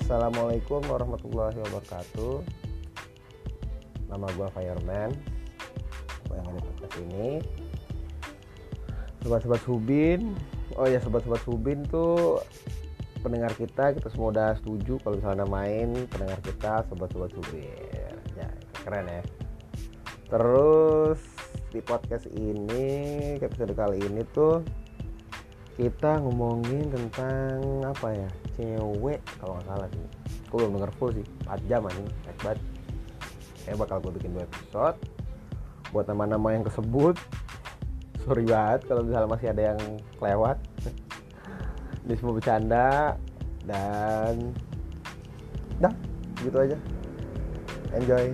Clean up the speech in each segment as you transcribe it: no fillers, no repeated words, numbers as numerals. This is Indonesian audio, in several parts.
Assalamualaikum warahmatullahi wabarakatuh. Nama gue Fireman. Gue yang ada di podcast ini. Sobat-sobat Subin. Oh ya, sobat-sobat Subin tuh pendengar kita semua udah setuju kalau misalnya namain pendengar kita sobat-sobat Subin. Ya, keren ya. Terus di podcast ini, episode kali ini tuh kita ngomongin tentang apa ya, cewek kalau nggak salah sih. Gue belum denger full sih, 4 jam aja, naik banget. Bakal gue bikin 2 episode. Buat nama-nama yang kesebut, sorry banget kalau misalnya masih ada yang kelewat. Ini semua bercanda dan dah, gitu aja. Enjoy.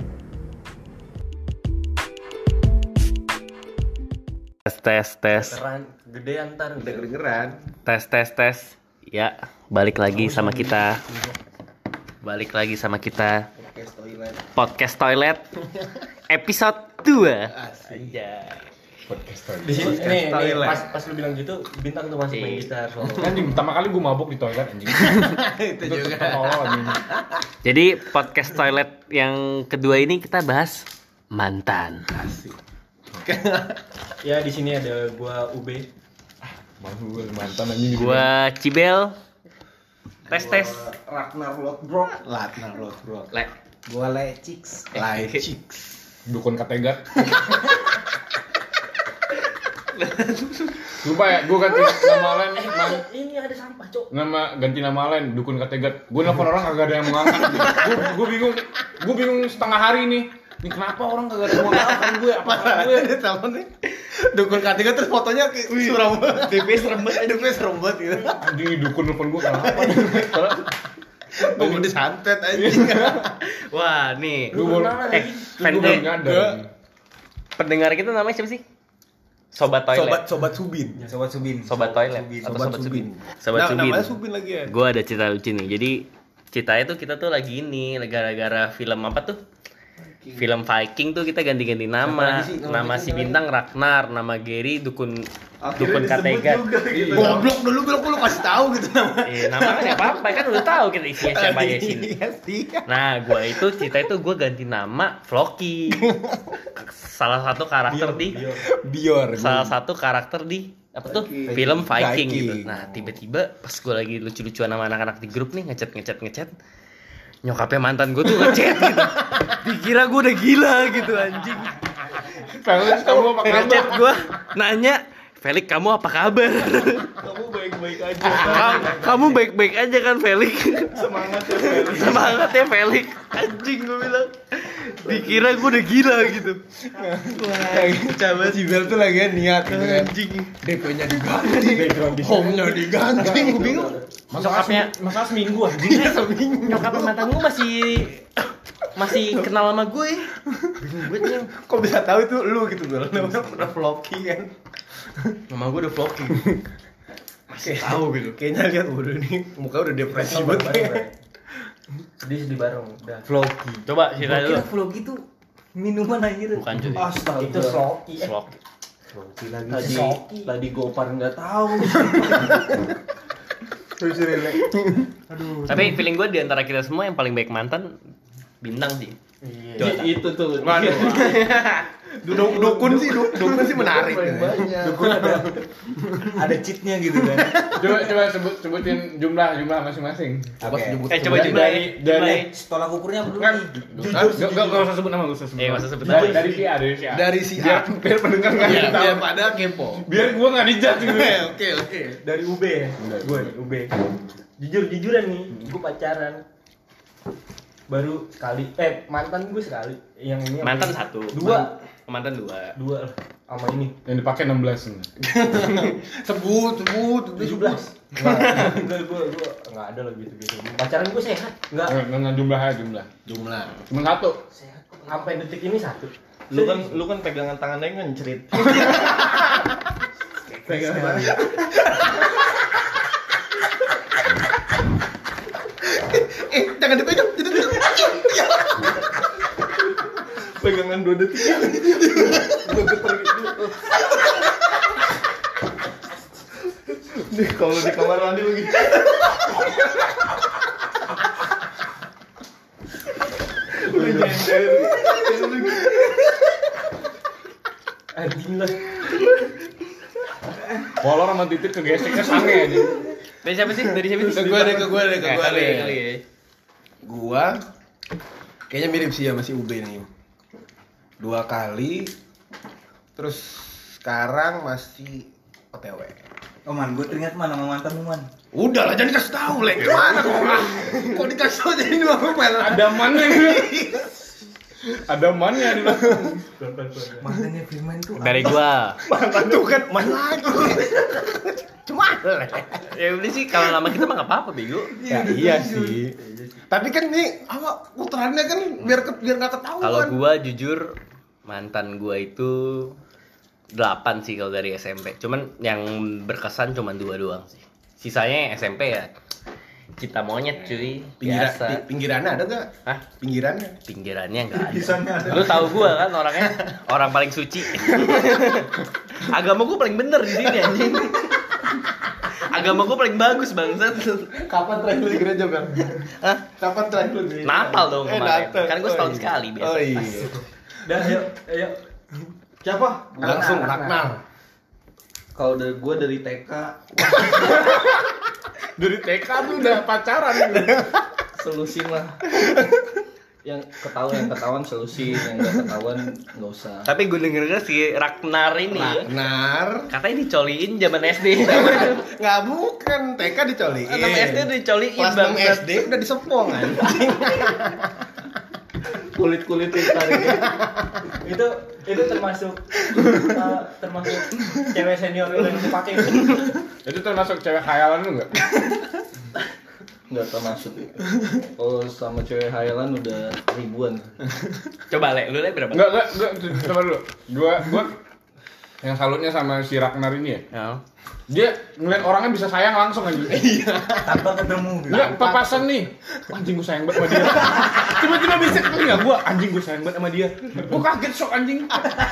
Tes. Gedean ntar Udah kedengeran. Tes. Ya, balik lagi sama kita. Podcast Toilet episode 2. Anjay. Podcast toilet. Di sini nih toilet. pas lu bilang gitu bintang tuh masih main gitar soalnya. Anjing, pertama kali gue mabuk di toilet anjing. Itu juga. Tolol anjing. Jadi podcast Toilet yang kedua ini kita bahas mantan. Ya di sini ada gua UB. Gue mantan anjing. Gua Cibel. Tes. Ragnar Lodbrok. Le. Gua Lecix. Dukun Kategat. Lupa ya, gue ganti nama lain. Ini ada sampah, Cok. Ganti nama lain, Dukun Kategat. Gue nelfon orang kagak ada yang mengangkat. Gue bingung setengah hari nih. Ini kenapa orang kagak ada yang mengangkat gue? Apaan gue? Telepon nih. Dukun ketiga terus fotonya suram banget. DP serem banget gitu. Anjing, dukun nelfon gue kenapa? Gue disantet anjing. Wah, nih. Gue belum nyadar. Pendengar kita namanya siapa sih? Sobat Toilet. Sobat Subin. Sobat Toilet atau Sobat Subin. Sobat Subin. Namanya Subin lagi ya. Gue ada cerita lucu nih. Jadi ceritanya tuh kita tuh lagi ini gara-gara film apa tuh? Film Viking tuh kita ganti-ganti nama. Nama si Bintang Ragnar, nama Gary Dukun Kategat. Goblok dulu lu kasih tahu gitu nama. Nama kan ya apa-apa kan udah tahu kita isinya siapa aja sini. Nah, gue itu cerita itu gue ganti nama Floki. Salah satu karakter di Bior. salah satu karakter di apa tuh film Viking gitu. Nah, tiba-tiba pas gue lagi lucu-lucuan sama anak-anak di grup nih ngechat nyokapnya mantan gue tuh ngechat gitu. Dikira gue udah gila gitu anjing. Felix, kamu apa kabar? Ngechat gue nanya, "Felix, kamu apa kabar?" Kamu baik-baik aja. Kamu baik-baik aja kan, Felix? Semangat ya, Felix. Anjing gue bilang. Dikira gue udah gila gitu. Coba Cibel tuh lagi niat gitu kan. Anjing. DP-nya diganti, home-nya diganti. Gue bingung. Masa seminggu anjing. Nyokapnya mantan gue masih kenal sama gue. Bingung gue nih. Kok bisa tahu itu lu gitu, Bel? Namanya udah Floki kan. Nama gue udah Floki. Masih tahu gitu. Kayaknya lihat udah nih muka udah depresi banget. Sedih bareng udah. Floki. Coba cerita dulu. Floki tuh minuman anjir. Bukan jadi. Astaga. Itu Floki. Floki. Tadi Gopar enggak tahu. Aduh. Tapi feeling gue di antara kita semua yang paling baik mantan Bintang sih. Iya. Itu tuh. Waduh. Dukun sih menarik. Dukun ada cheatnya gitu kan. Coba sebutin jumlah masing-masing. Oke. Coba dari Tolak ukurnya belum kan nih. Enggak usah sebut nama, nggak usah sebut dari nama. dari si A. Biar pendengar enggak tahu. Biar pada kepo. Biar gua enggak dijudge gitu. Oke. Dari UB ya. Gue UB. Jujuran nih, gue pacaran baru sekali. Mantan gue sekali. Yang ini Mantan satu. Mantan dua sama ini. Yang dipakai 16. Sebut 17. Enggak, gue enggak ada lagi gitu. Pacaran gue sehat. Enggak. Dengan jumlah. Cuma satu. Sehat. Sampai detik ini satu. Lu kan pegangan tangannya kan cerit. Pegangan. Jangan dipegang. Pegangan 2 detik. Gue pergi dulu. Nih kalau di kamar mandi lagi. Anjing lah. Kolor sama titik kegeseknya sange aja. Dari siapa sih? Ke gua deh. Kali. Gua kayaknya mirip sih ya masih UB nih. 2 kali. Terus sekarang masih OTW. Oh man, gue teringat man sama mantanmu man. Udah lah, jangan dikasih tahu, Lek. Gimana kok? Kok dikasih tahu jadi 2 pel? Ada mannya gitu. Ada mannya di belakang. Mantannya Firman tuh. Dari gua. Mantan tuh kan man lagi. Cuma Lek. Ya udah sih kalau nama kita mah enggak apa-apa, bego. Ya iya sih. Tapi kan nih apa putarannya kan biar enggak ketahuan. Kalau gua jujur mantan gua itu 8 sih kalau dari SMP. Cuman yang berkesan cuma 2 doang sih. Sisanya SMP ya kita monyet cuy. Biasa. Pinggirannya ada enggak? Hah? Pinggirannya enggak ada. Pisannya ada. Lu tahu gua kan orangnya orang paling suci. Agama gua paling bener di sini anjing. Agama gua paling bagus bangsat. Kapan terakhir lu di gereja, Bang? Hah? Kapan terakhir lu di gereja? Natal dong kemarin. Natal. Kan gua setahun sekali biasa. Oh iya. Dah ayo. Siapa? Langsung Ragnar. Kalau dari gue dari TK Dari TK tuh udah pacaran. selusin lah. Yang ketahuan selusin, yang nggak ketahuan nggak usah. Tapi gue dengernya si Ragnar ini Ragnar. katanya dicoliin zaman SD. Nggak bukan, TK dicoliin. 6 SD udah dicoliin Kelas 6 SD udah disepong anjing. Kulit tariknya. Itu termasuk cewek senior yang dipakai. Itu termasuk cewek khayalan lu enggak? Nggak termasuk. Kalau sama cewek hayalan udah ribuan. Coba lu berapa? Enggak, coba dulu. Gua yang salutnya sama si Ragnar ini ya. Ya. Dia ngeliat orangnya bisa sayang langsung aja. Iya. Tanpa ketemu. Enggak, papasan nih. Anjing gue sayang banget sama dia. Tiba-tiba bisa ke telinga gua, anjing gue sayang banget sama dia. Gua kaget shock anjing.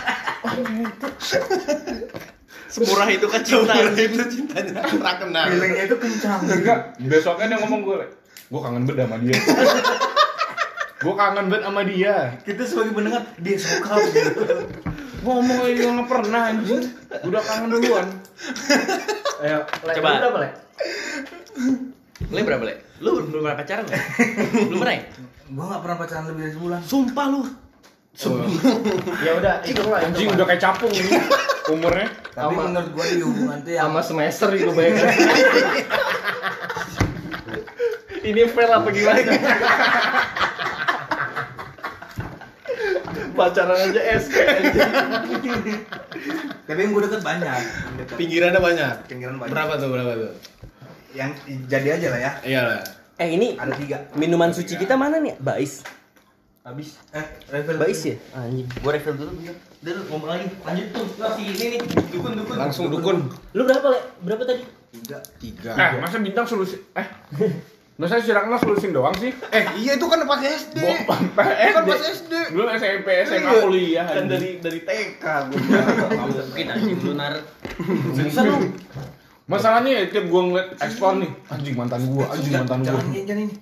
Semurah itu kan cinta. Itu cintanya Ragnar. Feelingnya itu kencang. Enggak, besoknya dia ngomong gue kangen banget sama dia. Gue kangen banget sama dia. Kita sebagai pendengar dia suka gitu. Ngomong ini nggak pernah anjing. Udah kangen duluan. Ayo, Coba. Lu berapa, Le? Lu berapa, Le? Lu belum pernah pacaran enggak? Belum pernah ya? Gue gak pernah pacaran lebih dari sebulan. Sumpah lu. Ya udah, itu lah. Anjing udah kayak capung ini umurnya. Tapi menurut gue di hubungan tuh yang Sama semester itu bayangin. Ini fail apa gimana? Pacaran aja SK aja. Tapi yang gue deket banyak. Pinggirannya banyak. Pinggiran banyak. Berapa tuh? Yang jadi aja lah ya. Iyalah. Ini Ada 3. minuman suci kita mana nih? Bais. Habis. Refill. Bais ya? Anjing. Gua refill dulu bentar. Udah lu ngomong lagi. Lanjut tuh. Lu si ini nih. Dukun. Langsung dukun. Lu berapa, Le? Berapa tadi? 3. Masa bintang solusi masa si Ragnar solusin doang sih? Iya itu kan pas SD. Kan pas SD. Belum SMP, SMA, kuliah. Kan anjing. dari TK gue. Mungkin anjing lu nar. Susah lu. Masalahnya ya tiap gua ngeliat ekspor nih, anjing mantan gua. Jangan ini.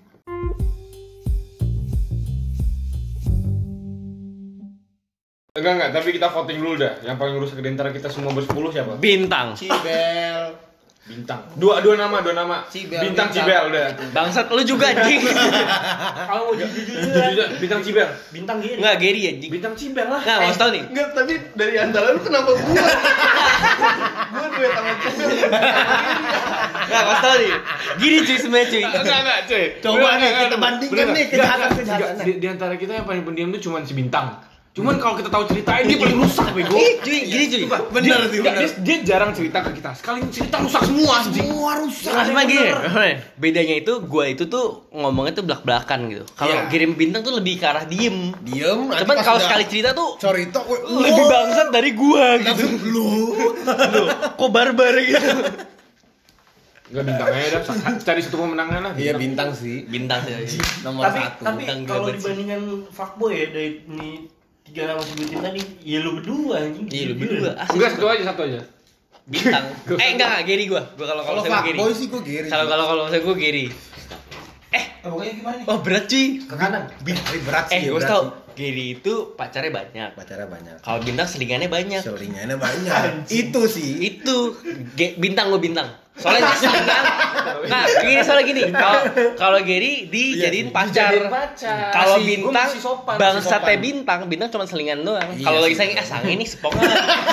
Enggak, tapi kita voting dulu dah. Yang paling rusak di antara kita semua bersepuluh siapa? Bintang. Cibel. Bintang. Dua nama. Cibel, Bintang Bintang. Cibel udah. Bangsat lu juga anjing. Kalau mau jujur-jujuran, Bintang Cibel. bintang gini. Enggak, Gary anjing. Bintang Cibel lah. Enggak, mau tahu nih. Enggak, tapi dari antara lu kenapa gua? Gua duet sama Cibel. Enggak, mau tahu nih. Gini cuy sebenarnya cuy. Enggak, cuy. Coba nih kita bandingkan nih kejahatan. Di antara kita yang paling pendiam tuh cuma si Bintang. Cuman kalau kita tahu ceritain dia paling rusak bego. Cuy, gini cuy. Bener sih, bener. Dia jarang cerita ke kita. Sekali cerita rusak semua anjing. Semua rusak. Nah, cuma gini, bedanya itu gua itu tuh ngomongnya tuh belak-belakan gitu. Kalau Iya. kirim bintang tuh lebih ke arah diem. Diem. Cuman kalau sekali cerita tuh cerita lebih bangsat dari gua gitu. lu. Kok barbar gitu. Enggak bintangnya dah. Cari satu pemenangnya lah. Iya bintang sih. Bintang sih. Nomor Tapi 1. Bintang kalau gua bersih. dibandingkan fuckboy ya dari ini 3 nama sebutin tadi, ya lu berdua anjing. Iya, lu berdua. Asli. Enggak, satu aja. Bintang. Enggak, Gary gua. Gua kalau Kalau saya gua Gary. fuckboy sih gue Gary. Kalau saya gua Gary. Pokoknya gimana nih? Oh berat cuy. Ke kanan. Berat sih. Gue berat tau sih. Gary itu pacarnya banyak. Pacarnya banyak. Kalau Bintang selingannya banyak. Selingannya banyak. Itu sih. Itu Bintang gue Bintang. Soalnya dia selingan. Nah, soalnya gini. Kalau Gary dijadiin pacar. Kalau Bintang bangsatnya Bintang cuma selingan doang. Iya Kalau lagi sih. sange ini sepongan.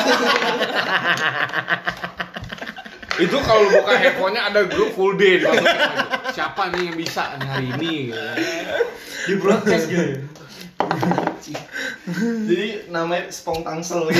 Itu kalau lu buka handphonenya ada grup full day dimasukin aja. Siapa nih yang bisa nih hari ini gitu. Di broadcast gitu. Jadi namanya Spong Tangsel gitu.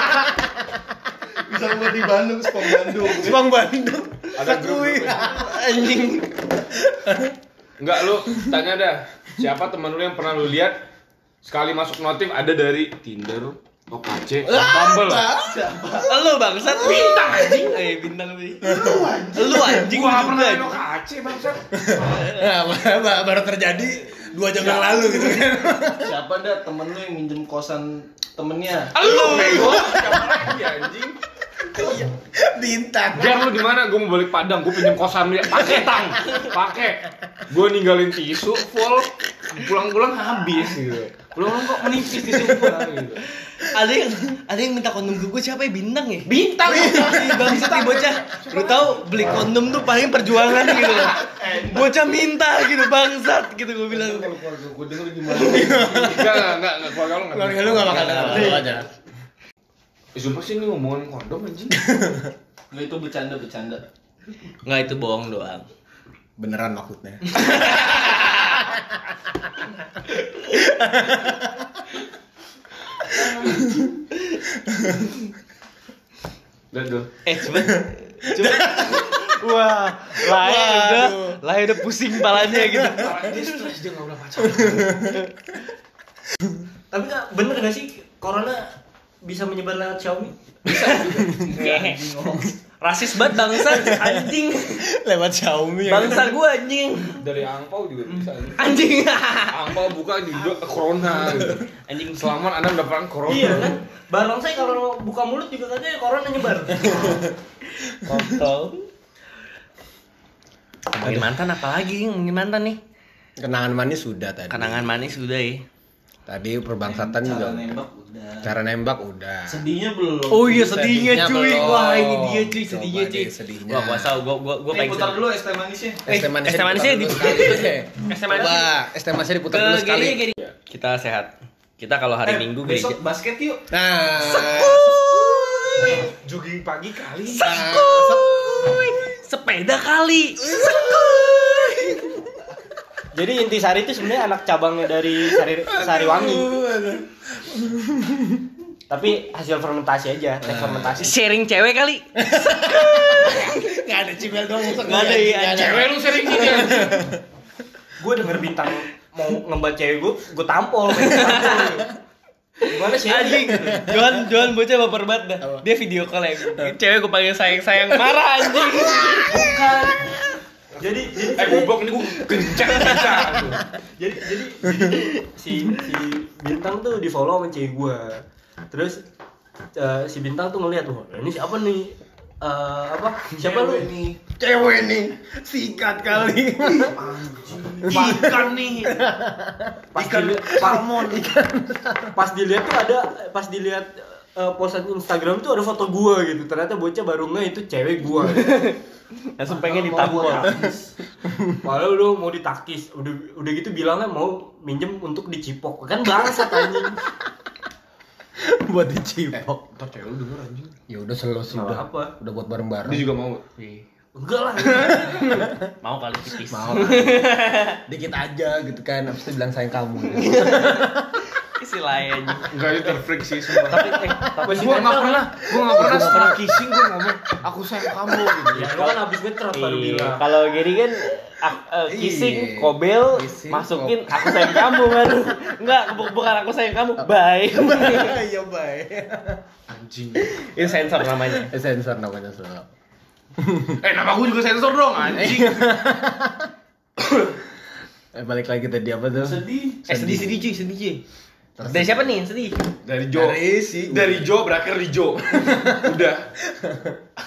Bisa buat di Bandung, Spong Bandung. Spong Bandung. Ada grup. Anjing. Enggak, lu tanya dah. Siapa teman lu yang pernah lu lihat sekali masuk notif ada dari Tinder, OKC, Bumble. Lu bangsat Bintang anjing. Bintang nih. Lu anjing Gua juga. pernah OKC bangsat. Nah, baru terjadi 2 jam yang lalu gitu kan. Siapa dah temen lu yang minjem kosan temennya? Lu bego. Siapa lagi anjing? Bintang. Jar lu di mana? Gua mau balik Padang, gua pinjam kosan dia. Pakai tang. Pakai. Gua ninggalin tisu full. Pulang-pulang habis gitu. Pulang kok menipis tisu gua gitu. Ada yang minta kondom ke gue, siapa ya? Bintang ya? Bintang! Si bangsat nih bocah. Lu tau beli kondom tuh paling perjuangan gitu loh. Bocah minta gitu bangsat gitu gue bilang. Gue denger gimana? Enggak, keluarga lu enggak. Keluarga lu enggak bakal dengar lu aja. Sumpah sih ini ngomongin kondom anjing. Nggak, itu bercanda. Nggak, itu bohong doang. Beneran maksudnya. Udah. Coba. Wah, Lai udah pusing palanya gitu. Dia stres dia enggak udah pacaran. Tapi nggak bener nggak sih corona bisa menyebar lewat Xiaomi? Rasis banget bangsat anjing. Lewat Xiaomi ya. Bangsa gua anjing. Dari angpau juga bisa. Anjing. Angpau buka juga corona gitu. Anjing Selamat Anda mendapatkan corona. Iya kan? Barang saya kalau buka mulut juga katanya corona nyebar. kontol. Ngomongin mantan apa lagi? Ngomongin mantan nih. Kenangan manis sudah tadi. Kenangan manis sudah ya. Tadi perbangsatan juga. Cara nembak udah. Cara nembak udah. Sedihnya belum. Oh iya sedihnya cuy. belum. Wah ini dia cuy Coba sedihnya cuy. deh, sedihnya. Wah kuasa gua Nih pengen. putar dulu es teh manisnya. Es teh manisnya es teh manisnya diputar dulu sekali. Es teh manisnya. Coba es teh manisnya diputar dulu sekali. Kita sehat. Kita kalau hari Minggu gereja. Besok basket yuk. Nah, Jogging pagi kali. Sepeda kali. Jadi Intisari itu sebenarnya anak cabangnya dari Sariwangi. Tapi hasil fermentasi aja, tek fermentasi. Sharing cewek kali. nggak ada cimel doang. Nggak ada iya. Cewek lu sering gini ya. Gue denger Bintang mau ngembat cewek gue tampol. Gimana sih? Anjing. Johan bocah baper banget dah. Dia video call ya. Cewek gue panggil sayang marah anjing. Bukan. Jadi Goblok ini gua kencang bisa. jadi si Bintang tuh di follow sama cewek gue. Terus si Bintang tuh ngeliat, wah ini siapa nih? Siapa lu? Cewek nih, sikat kali. Ikan nih. Pas dilihat postan Instagram tuh ada foto gua gitu. Ternyata bocah baru itu cewek gua. Langsung pengen ditampol. Padahal lu mau ditakis. Udah gitu bilangnya mau minjem untuk dicipok. Kan bangsat anjing. Buat dicipok. Entar cewek lu denger anjing. Ya udah selesai udah. Apa? Udah buat bareng-bareng. Dia juga mau. Enggak lah. Mau kali tipis. Mau. Dikit aja gitu kan. Habis itu bilang sayang kamu. Isi lain anjing. Enggak itu terfreak sih semua. Tapi Gua enggak pernah setelah kissing gua ngomong aku sayang kamu gitu. ya lu kan habis ngetrot baru bilang. Kalau Gary kan kissing, kobel, Kissing, masukin aku sayang kamu kan. Enggak, bukan aku sayang kamu. Bye. Iya, bye. Anjing. Ini sensor namanya. Sensor namanya soal. Nama gua juga sensor dong anjing. Balik lagi tadi apa tuh? Sedih cuy. Dari siapa nih yang sedih? Dari Jo. Dari Jo berakhir di Jo. Udah.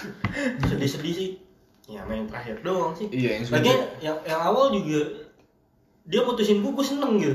Sedih sih. Ya main terakhir doang sih. Iya yang Lagi yang awal juga dia mutusin gue seneng gitu.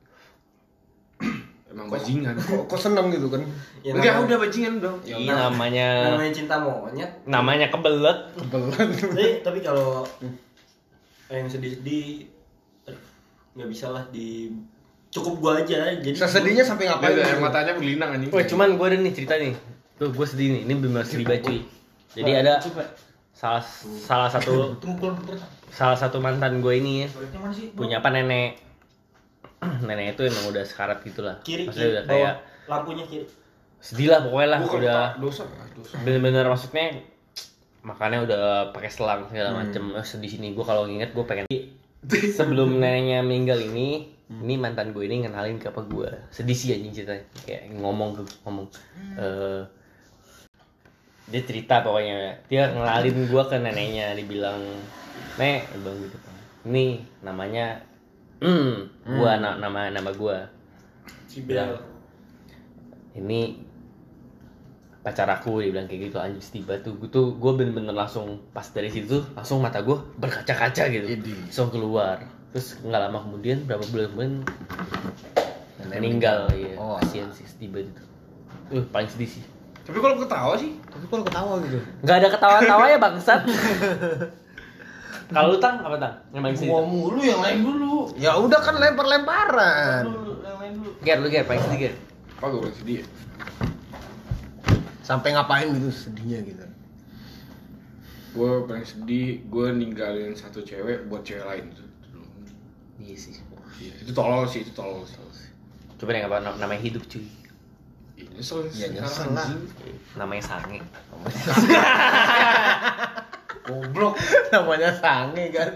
Emang bajingan. Kok seneng gitu kan? Ya, Enggak, udah bajingan udah. Iya namanya cinta monyet. namanya kebelet. Kebelan. Tapi kalau yang sedih-sedih aduh, nggak bisa lah di cukup gua aja jadi Sesedihnya sampai ngapain? Air matanya berlinang anjing. Wah cuman gue ada nih cerita nih. Tuh gue sedih nih. Ini benar sedih banget cuy. Jadi ada salah satu mantan gue ini ya punya apa nenek. Nenek itu emang udah sekarat gitulah. Maksudnya udah kayak lampunya kiri. sedih lah pokoknya lah. Bukan Udah dosa. bener-bener maksudnya makannya udah pakai selang segala macem. Sedih sini gue kalau nginget gue pengen. Sebelum neneknya meninggal ini mantan gue ini ngenalin ke apa gue. Sedih sih anjing ceritanya. Kayak ngomong. Dia cerita pokoknya. Dia ngenalin gue ke neneknya. Dibilang, "Nek," bilang gitu. "Ini namanya gua nama gua." Cibel. "Ini pacar aku," dia bilang kayak gitu. Anjing tiba tuh gue bener-bener langsung pas dari situ langsung mata gue berkaca-kaca gitu. Langsung keluar. Terus nggak lama kemudian berapa bulan kemudian meninggal ya. Kasian sih tiba itu. Paling sedih sih. Tapi kalau ketawa sih, gitu. Nggak ada ketawa-tawa ya bangsat. Kalau lu Tang apa Tang? Yang paling sedih? Gua mulu yang lain dulu. Ya udah kan lempar-lemparan. Yang lain dulu. Ger paling sedih Ger. apa gue sedih ya? Sampai ngapain gitu sedihnya gitu. Gue paling sedih, gue ninggalin satu cewek buat cewek lain itu. Iya sih. Iya, itu tolol sih. Coba deh apa namanya hidup cuy. Ini nyesel Ya, nyesel sekarang, lah. anjing. Namanya sange. Goblok. Namanya sange kan.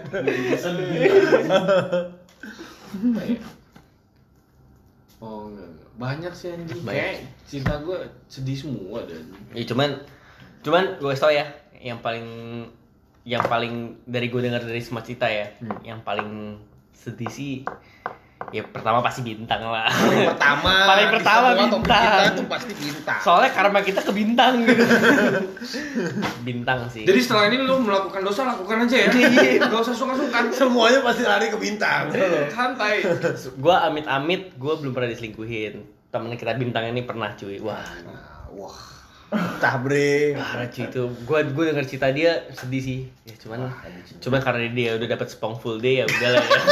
Oh enggak. Banyak sih anjing. Banyak. Kayak cinta gue sedih semua dan. Ya cuman gue kasih tau ya, yang paling dari gue dengar dari semua cerita ya, yang paling sedih sih ya pertama pasti Bintang lah. Paling pertama di semua topik Bintang. kita tuh pasti Bintang. Soalnya karma kita ke Bintang gitu. Bintang sih. Jadi setelah ini lu melakukan dosa lakukan aja ya. Gak usah sungkan-sungkan. Semuanya pasti lari ke Bintang. Santai. Gue amit-amit gue belum pernah diselingkuhin. Temen kita Bintang ini pernah cuy. Wah, Entah bre. parah cuy itu. Gue denger cerita dia sedih sih. Ya cuman karena dia udah dapat spong full day ya udahlah ya.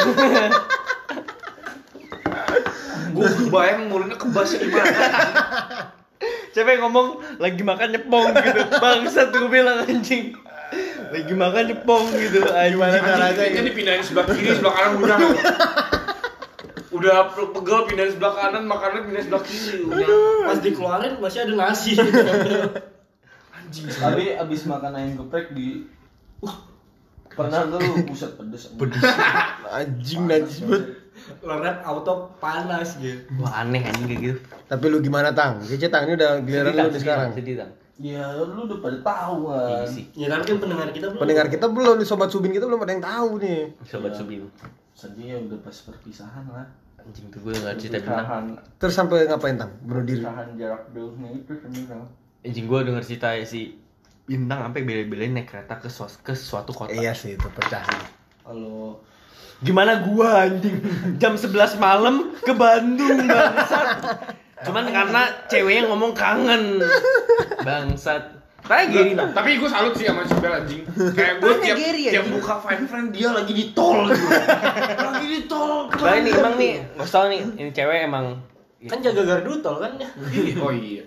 Gue bayang mulutnya kebasnya gimana. Siapa yang ngomong lagi makan nyepong gitu. Bangsat gue bilang anjing. Lagi makan nyepong gitu. Gimana caranya? Anjing dipindahin sebelah kiri, sebelah kanan udah. Udah pegel pindahin sebelah kanan, makannya pindahin sebelah kiri. Udah. Pas dikeluarin masih ada nasi. Anjing. Tapi abis makan ayam geprek di pernah lu buset pedes. Anjing najis banget. Loret auto panas gitu. Wah aneh anjing kayak gitu. Tapi lu gimana Tang? Kece Tang ini udah giliran lu di sekarang. Sedih Tang. Ya lu udah pada tahu Iya kan. sih. Ya kan pendengar kita belum. Pendengar kita belum, nih sobat Subin kita belum ada yang tahu nih. Sobat Subim. Sedih ya udah pas perpisahan lah. Anjing tuh gue enggak cerita Bintang. Terus sampai ngapain Tang? Bunuh diri. Perpisahan jarak jauhnya itu sebenarnya. Anjing gue denger cerita ya si Bintang sampai bela-belain naik kereta ke suatu kota. Iya sih itu pecah sih. Kalau Gimana gua anjing jam 11 malam ke Bandung bangsat. Cuman karena ceweknya ngomong kangen. Bangsat. Kayak gini Bang. Tapi gue salut sih sama Cibel anjing. Kayak gue tiap buka Find Friend dia lagi di tol gitu. Lagi di tol. Nah ini emang nih, gak tau nih, ini cewek emang Kan jaga gardu tol kan ya. Oh iya.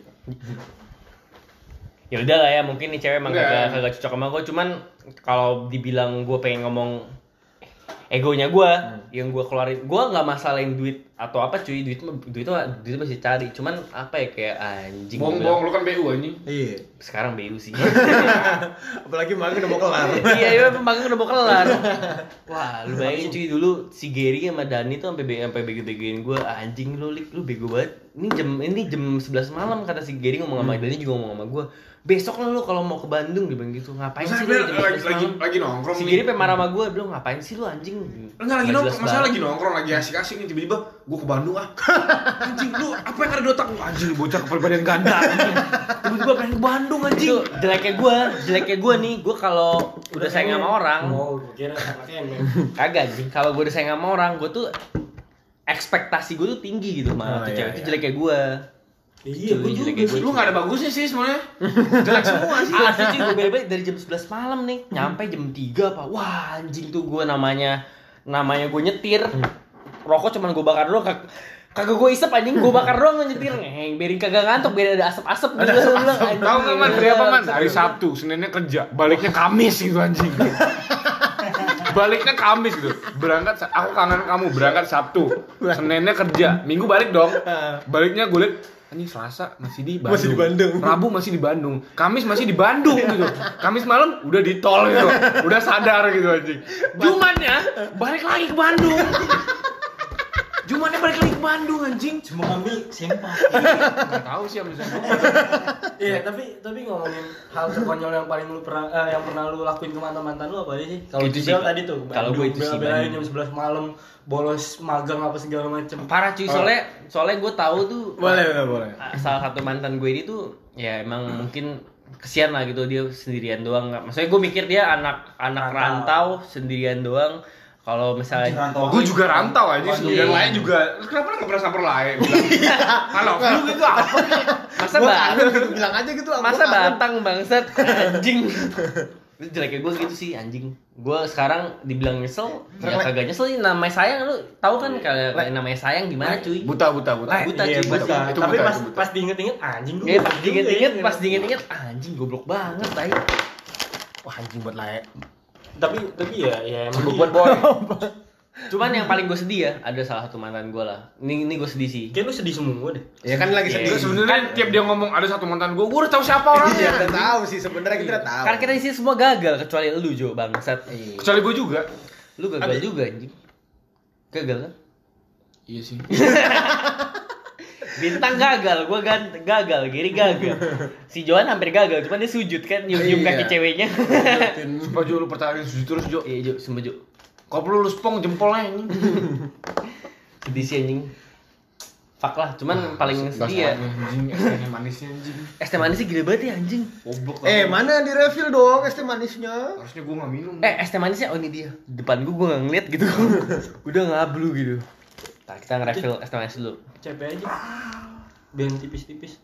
ya udah lah ya, mungkin nih cewek emang Enggak. kagak cocok sama gue. Cuman kalau dibilang gue pengen ngomong egonya gue yang gue keluarin, gue nggak masalahin duit atau apa cuy, duit masih cari. Cuman apa ya kayak anjing. Bohong-bohong lu kan BU anjing. Iya. Sekarang BU sih. Apalagi magang udah mau kelar. Iya, magang udah mau kelar. Wah, lu bayangin cuy dulu si Gary sama Dani tuh sampai bego-begoin gue, anjing lu Lik, lu bego banget. Ini jam 11 malam kata si Gary ngomong sama Dani juga ngomong sama gue. Besok lah lu kalau mau ke Bandung dia bilang gitu. Ngapain sih lu jam 11 malam? lagi nongkrong. Si Gary pengen marah sama gue, bilang ngapain sih lu anjing? Enggak lagi Nggak nongkrong, jelas masalah banget. lagi nongkrong, lagi asik-asik nih tiba-tiba Gue ke Bandung ah. Anjing lu, apa yang ada di otak lu? Anjing bocah kepribadian ganda. Tiba-tiba pengen ke Bandung anjing. Itu jeleknya gue nih, gue kalau udah sayang sama orang, gue kira anaknya kagak anjing. Kalau gue udah sayang sama orang, gue tuh ekspektasi gue tuh tinggi gitu sama tuh cewek. Itu jeleknya gue. Iya, gue juga. Lu gak ada bagusnya sih sebenarnya. Jelek semua sih. Asli sih gue beda-beda dari jam 11 malam nih, nyampe jam 3 apa. Wah, anjing tuh gue namanya gue nyetir. Rokok cuman gue bakar doang, kagak gue isep anjing, gue bakar doang nyetir. Biarin kagak ngantuk, biar ada asap-asap gitu. Tahu nggak man, hari apa man? Hari Sabtu, Seninnya kerja, baliknya Kamis gitu anjing. Baliknya Kamis gitu. Berangkat, aku kangen kamu, berangkat Sabtu, Seninnya kerja, Minggu balik dong. Baliknya gue liat, anjing Selasa masih di Bandung. Rabu masih di Bandung. Kamis masih di Bandung gitu. Kamis malam udah di tol gitu. Udah sadar gitu anjing. Jumatnya balik lagi ke Bandung. Jumatnya balik lagi ke Bandung anjing. Cuma kami simpah. Enggak tahu sih sama siapa. Iya, tapi ngomongin hal terkonyol yang paling lu pernah yang pernah lu lakuin ke mantan lu apa aja sih? Kalau Itu Gisel sih, tadi tuh, kalau gue itu sih, belain Bandung. jam 11 malam, bolos magang apa segala macem. Parah cuy, soalnya gue tahu tuh Boleh. salah satu mantan gue ini tuh ya emang mungkin kesian lah gitu, dia sendirian doang. Maksudnya gue mikir dia anak rantau sendirian doang. Kalau misalnya Gue juga rantau aja Iya. sendirian, lain juga. Lu kenapa nggak pernah samper lain? Halo, lu gitu apa? masa Batang, Bilang aja gitu. masa Batang bangsat anjing. Itu jeleknya gue gitu sih anjing. Gue sekarang dibilang nyesel, ya kagak nyesel sih. Namanya sayang, lu tahu kan kalau namanya sayang gimana cuy? Buta. Buta Iya, cuy, buta. Itu Tapi buta, itu buta. pas diinget-inget anjing lu. Pas goblok diinget-inget, juga ya. anjing goblok banget tai. Wah anjing buat layak. Tapi ya emang Buat boy. Cuman yang paling gue sedih ya, ada salah satu mantan gue lah. Ini gue sedih sih. kayak lu sedih semua deh. Ya kan lagi Iya. sedih. Sebenarnya tiap dia ngomong ada satu mantan gue udah tahu siapa orangnya. Iya, udah tahu sih sebenarnya kita udah tahu. Karena kita di sini semua gagal kecuali lu Jo bangsat. Kecuali gue juga. Lu gagal juga anjing. Gagal kan? Iya sih. Bintang gagal, gua gagal, Giri gagal. Si Johan hampir gagal, cuman dia sujud kan, nyium Iya. kaki ceweknya. Sumpah Jo, lu pertahanin sujud terus Jo. Iya Jo, sumpah Jo. Kau perlu lu spong jempolnya ini. Sedih sih anjing. Fuck lah, cuman paling sedih ya. Anjing, es manisnya anjing. Es teh manisnya gila banget ya anjing. Goblok. Mana di refill dong es teh manisnya? Harusnya gue nggak minum. Es teh manisnya, oh ini dia. Depan gua nggak ngeliat gitu. Udah ngablu gitu. Nah, kita nge-refill es teh manis dulu. Capek aja. Biar tipis-tipis.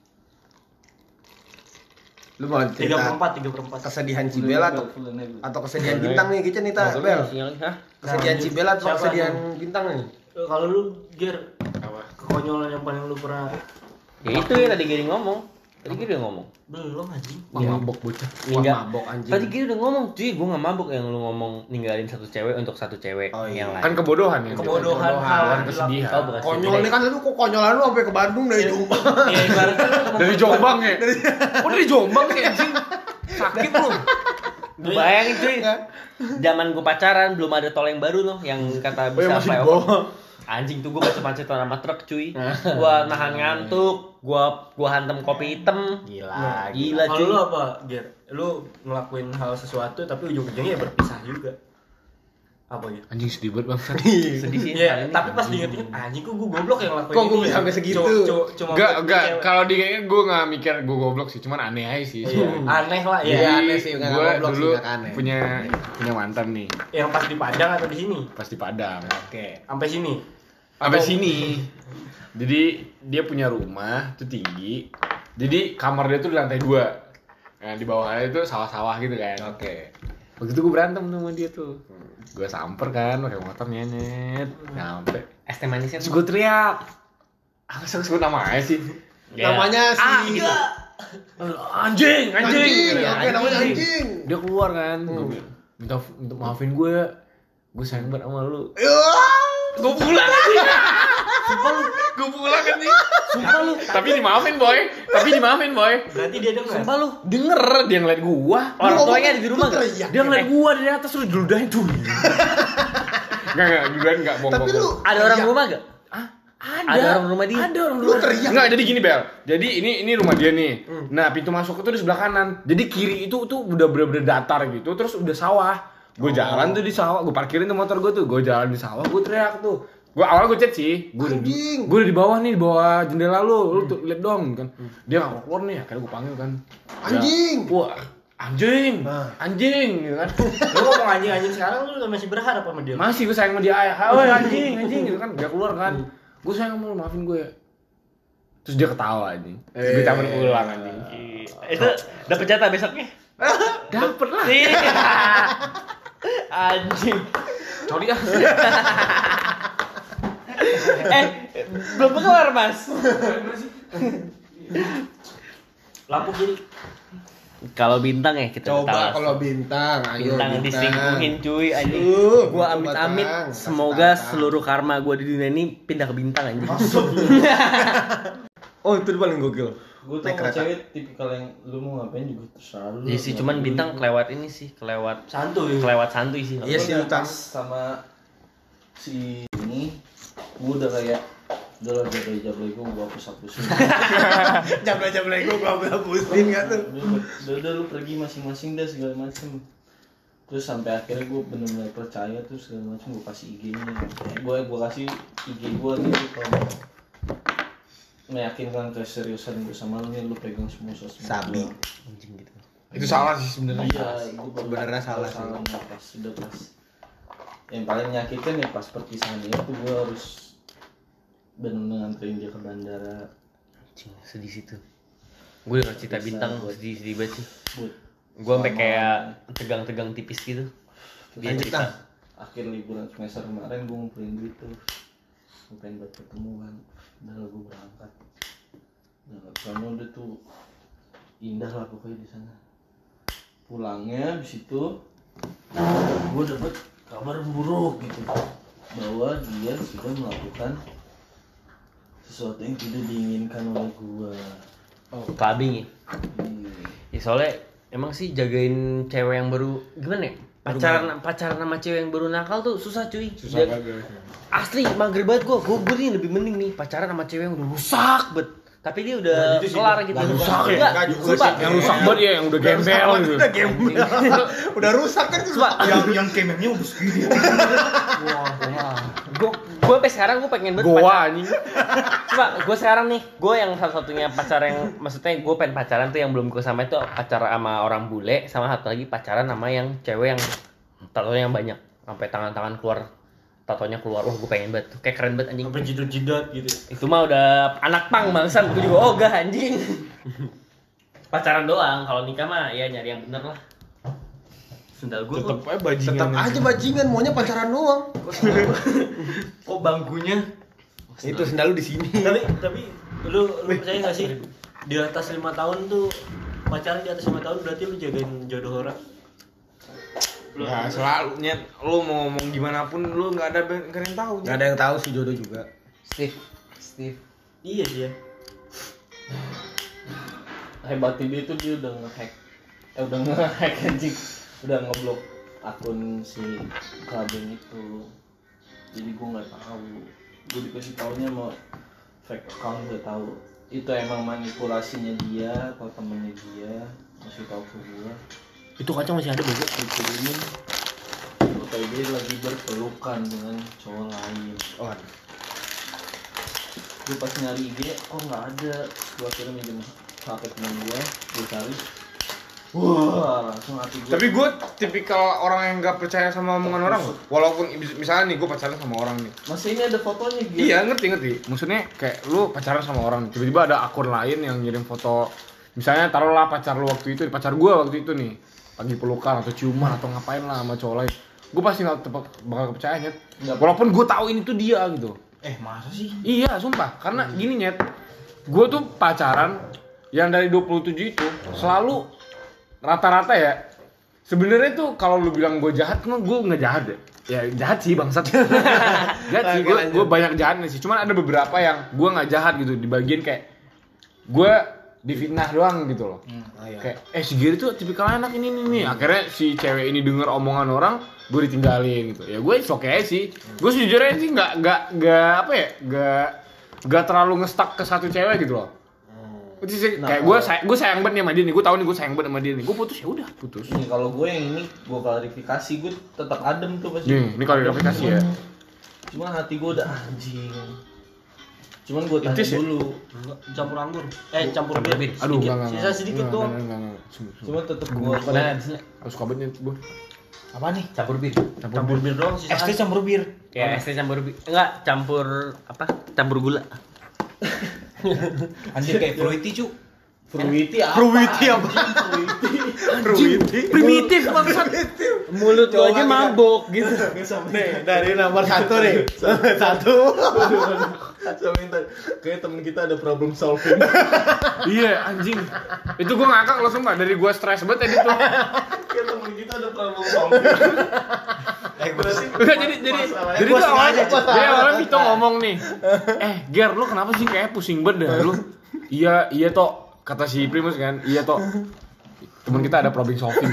Lu mau cerita 3/4. kesedihan Cibel atau kesedihan bintang nih kita nih ta, Bel. Hah? Kesedihan Cibel atau Siapa kesedihan bintang nih? Kalau lu Ger, Apa? kekonyolan yang paling lu pernah Ya itu ya tadi Giri ngomong. Tadi Giri udah ngomong. belum anjing. Wah mabok bocah. Wah Enggak. mabok anjing. Tadi Giri udah ngomong, cuy, gue gak mabuk yang lu ngomong ninggalin satu cewek untuk satu cewek Oh, iya. yang lain. Kan kebodohan ya. Kebodohan hal Bukan kesedihan. Oh, bukan Konyol sedih. nih kan lu kok konyolan lu sampai ke Bandung dari Jombang. Iya, ibaratnya lu temen Dari Jombang ya? Oh dari Jombang ya anjing? Sakit lu. Gue bayangin cuy, zaman gue pacaran belum ada tol yang baru loh yang kata Oh, yang bisa masih di flyover. bawah. Anjing tuh gue macet-macetan sama truk cuy. Gua nahan ngantuk, gua hantem kopi hitam. Gila. Gila Kalau cuy. lu apa, Ger? Lu ngelakuin hal sesuatu tapi ujung-ujungnya ya berpisah juga. Apa gitu? Anjing sedih banget bang. Sedih sih. Iya, kali ini. tapi pas diinget-inget anjing kok gue goblok yang ngelakuin Kok ini. gue sampai segitu? Cuma Enggak, buat enggak. cewek. Kalau diinget gue nggak mikir gue goblok sih, cuman aneh aja sih. Iya, aneh lah ya. Iya. aneh sih, nggak Gue goblok sih, dulu nggak aneh. punya mantan nih, Yang pas di Padang atau di sini? pas di Padang. Oke. Sampai sini. Sampai sini. Jadi dia punya rumah tuh tinggi. Jadi kamar dia tuh di lantai 2. Nah, di bawahnya itu sawah-sawah gitu kan. Oke. Waktu itu gue berantem tuh sama dia tuh. Gue samper kan, pakai motor nyenet, nyampe. Es teh manisnya Terus gue teriak. Apa sih sebut nama aja sih? Ya. Namanya si gitu. Anjing, anjing. Ya, Oke, namanya anjing. Dia keluar kan, gue bilang, minta maafin gue ya. Gue sayang banget sama lu. Gue pulang lagi. Sumpah lu, gue pulang kan nih. Sumpah lu. Tapi dimaafin boy. Berarti dia dengar. Sumpah lu. Denger dia ngeliat gua. Orang tuanya ada di rumah enggak? teriak. Dia ngeliat gua dari atas terus diludahin tuh. Enggak, duluan enggak bohong. Tapi lu Ada orang rumah enggak? Ada orang rumah dia. Ada orang Lu teriak. Enggak, jadi gini Bel. Jadi ini rumah dia nih. Nah, pintu masuk itu di sebelah kanan. Jadi kiri itu tuh udah bener-bener datar gitu, terus udah sawah. Gue jalan tuh di sawah, gue parkirin tuh motor gue tuh. Gue jalan di sawah, gue teriak tuh. Awalnya gue chat sih, gue Anjing. udah di bawah nih, di bawah jendela lu tuh lihat dong kan. Dia nggak mau keluar nih, akhirnya gue panggil kan. Anjing. Ya, wah anjing, anjing gitu kan. Lu ngomong anjing sekarang lu masih berharap sama dia? Masih gue sayang sama dia, woi anjing gitu kan, gak keluar kan. Gue sayang sama lu, maafin gue. Terus dia ketawa anjing. Gue cabut pulang anjing. Itu dapet jatah besoknya? Dapet lah. Anjing. Coli ah. Belum keluar Mas. Lampu kiri. Kalau bintang ya kita Coba tahu. kalau bintang, ayo Bintang diselingkuhin cuy anjing. Gua amit-amit Bintang. semoga Bintang. seluruh karma gua di dunia ini pindah ke bintang anjing. Oh, itu paling gokil. Gue tuh sama cewek tipikal yang lu mau ngapain juga terserah lu. Iya sih cuman bintang kelewat ini sih, kelewat Santuy. santuy sih. Iya sih, Gua Utang. sama si ini gue udah kayak udah lah jablay gue hapus-hapusin. Jablay gue hapusin enggak tuh. Udah lu pergi masing-masing dah segala macem. Terus sampai akhirnya gue benar-benar percaya tuh segala macem, gue kasih IG-nya. Gue kasih IG gue gitu kalau meyakinkan keseriusan gue sama lu nih, lu pegang semua sosmed. Sabi. Anjing gitu. Itu salah sih sebenarnya. Iya, gue Sebenarnya salah sih. pas. Yang paling nyakitin ya pas perpisahan itu gue harus benar-benar nganterin dia ke bandara. Anjing sedih situ. Gue udah cerita bintang sedih banget sih. Buat Gue sampai kayak tegang-tegang tipis gitu. Dia Lanjut, cerita. Tang. akhir liburan semester kemarin gue ngumpulin duit tuh, gue pengen buat ketemuan. Udah lah gue berangkat. Nah, kamu udah tuh indah lah pokoknya di sana. Pulangnya abis itu gue dapet kabar buruk gitu bahwa dia sudah melakukan sesuatu yang tidak diinginkan oleh gue. Clubbing ya. Ya soalnya emang sih jagain cewek yang baru gimana ya? Pacaran sama cewek yang baru nakal tuh susah cuy. Susah banget. Asli mager banget gue nih lebih mending nih pacaran sama cewek yang udah rusak bet. Tapi dia udah kelar gitu. rusak ya? Enggak, sumpah. Yang rusak banget ya, yang udah gembel gitu. Udah gembel. Udah rusak kan itu. Sumpah. yang kemengnya udah segini. Gue sampai sekarang gue pengen banget Goa pacaran. anjing. Coba gue sekarang nih, gue yang satu-satunya pacar yang maksudnya gue pengen pacaran tuh yang belum gue sama itu pacaran sama orang bule, sama satu lagi pacaran sama yang cewek yang tatonya yang banyak, sampai tangan-tangan keluar, tatonya keluar. Wah gue pengen banget, tuh kayak keren banget anjing. Sampai jidat-jidat gitu. Itu mah udah anak pang bangsat, gue juga ogah anjing. Pacaran doang, kalau nikah mah ya nyari yang bener lah. Sendal gue Tetep aja bajingan. Tetap aja bajingan, maunya pacaran doang. kok bangkunya. Itu sendal lu di sini. Tapi lu percaya nggak sih di atas 5 tahun tuh pacaran di atas 5 tahun berarti lu jagain jodoh orang. Ya selalu nyet, lu mau ngomong gimana pun lu nggak ada yang tahu. Enggak ada yang tahu sih jodoh juga. Steve Iya sih ya. hebatnya dia tuh dia udah nge-hack anjing, udah ngeblok akun si clubbing itu. Jadi gue nggak tahu, gue dikasih taunya mau fake account, gue tahu itu emang manipulasinya dia atau temennya dia masih tahu ke gue. itu kacang masih ada bego. Dikirimin foto dia lagi berpelukan dengan cowok lain. Oh, Gue pas nyari IG kok nggak ada, gue akhirnya minjem HP temen gue cari. Wah, langsung hati gue. Tapi gue tipikal orang yang nggak percaya sama omongan orang loh. Walaupun misalnya nih gue pacaran sama orang nih. Masih ini ada fotonya gitu. Iya ngerti. Maksudnya kayak lu pacaran sama orang nih. Tiba-tiba ada akun lain yang ngirim foto. Misalnya taruhlah pacar lu waktu itu, pacar gue waktu itu nih, lagi pelukan atau ciuman atau ngapain lah sama cowok lain. Gue pasti nggak bakal percaya nyet. Walaupun gue tahu ini tuh dia gitu. Masa sih? Iya sumpah. Karena gini nyet, gue tuh pacaran yang dari 27 itu selalu rata-rata ya. Sebenarnya tuh kalau lu bilang gue jahat, mah gue nggak jahat deh. Ya jahat sih bangsat. Jahat sih, gue banyak jahatnya sih. Cuman ada beberapa yang gue nggak jahat gitu. Di bagian kayak gue difitnah doang gitu loh. Kayak si Giri tuh tipikal anak ini nih. Akhirnya si cewek ini denger omongan orang, gue ditinggalin gitu. Ya gue oke sih. Gue sejujurnya sih nggak apa ya, nggak terlalu ngestak ke satu cewek gitu loh. Itu sih kayak gue sayang banget nih sama dia nih. Gue tahu nih gue sayang banget sama dia nih. Gue putus ya udah putus. Nih kalau gue yang ini gue klarifikasi, gue tetap adem tuh pas. Nih, ini klarifikasi ya. Cuma hati gue udah anjing. Cuman gue tanya Intis ya? dulu. Campur anggur. Campur bir. Aduh, Sedikit. enggak. Sisa sedikit doang. Enggak. Cuma tetep gue. Aku suka banget nih, Bu. Apa nih? Campur bir. Campur bir doang sisa. ST campur bir. Kayak es teh campur bir. Enggak, campur apa? Campur gula. Anjir kayak fruity cu. Fruity apa? Primitif maksud. Mulut lo aja mabok gitu. Nih, dari nomor 1 nih. 1. Saya minta, kayak temen kita ada problem solving. Iya, anjing. Itu gua ngakak loh sumpah, dari gua stres banget tadi tuh. Kayak temen kita ada problem solving. Enggak, jadi tuh awalnya Vito ngomong nih. Ger, lu kenapa sih kayak pusing banget dah lu? Iya Tok. Kata si Primus kan, iya Tok. Temen kita ada problem solving.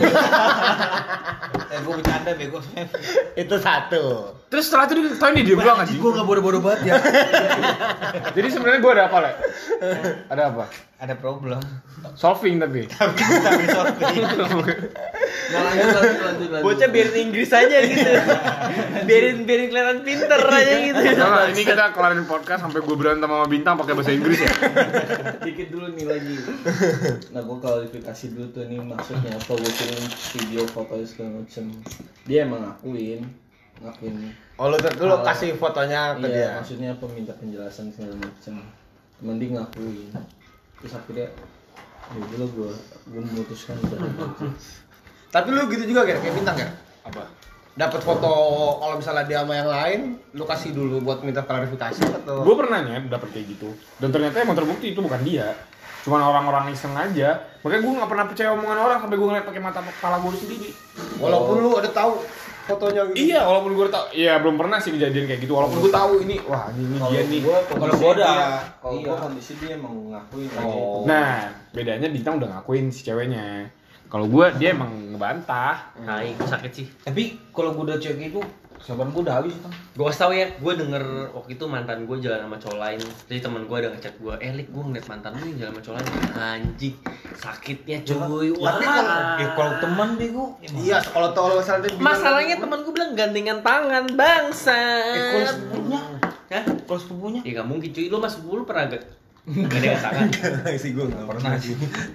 Gue bercanda bego. Itu 1. Terus setelah itu dia diem doang anjing. Gue nggak bodoh-bodoh banget ya. Jadi sebenarnya gua ada apa, Le? Ada apa? Ada problem. Solving tapi. Tapi sorry. Nah, lanjut. Bocah biarin Inggris aja gitu. biarin kelihatan pinter aja gitu. Nah, ini kita kelarin podcast sampai gue berantem sama Bintang pakai bahasa Inggris ya. Dikit dulu nih lagi. Nah, gue klarifikasi dulu tuh ini maksudnya apa, gue kirim video foto segala macem. Dia emang ngakuin. Oh, lu dulu kasih fotonya ke Iya, dia. maksudnya apa, minta penjelasan segala macem. Cuman dia ngakuin. Terus akhirnya ya udah gue memutuskan udah. Tapi lu gitu juga kayak Bintang ya? Apa? Dapat foto kalau misalnya dia sama yang lain, lu kasih dulu buat minta klarifikasi atau? Gue pernah dapet kayak gitu. Dan ternyata emang terbukti itu bukan dia. Cuman orang-orang iseng aja. Makanya gue nggak pernah percaya omongan orang sampai gue ngeliat pakai mata kepala gue sendiri. Walaupun lu ada tahu fotonya gitu. Iya, walaupun gue tahu. Iya, belum pernah sih kejadian kayak gitu. Walaupun gue tahu ini, wah ini dia nih. Kalau gue kondisi dia emang ngakuin aja itu. Nah, bedanya Bintang udah ngakuin si ceweknya. Kalau gue dia emang ngebantah. Nah, itu sakit sih. Tapi kalau gue udah cewek itu, sabaran gue udah habis kan. Gue kasih tau ya, gue denger waktu itu mantan gue jalan sama cowok lain. Jadi temen gue ada ngechat gue, Lik, gue ngeliat mantan lu yang jalan sama cowok lain. Anjing, sakitnya cuy. Wah. Kalau teman bego. Iya, kalau misalnya dia bilang, Masalahnya temen gue bilang gandengan tangan, bangsa. Kalau sepupunya, Hah? kalau sepupunya. Ya gak mungkin cuy, lu mas sepupu lu pernah gak gandengan tangan? sih gue nggak Pernah sih.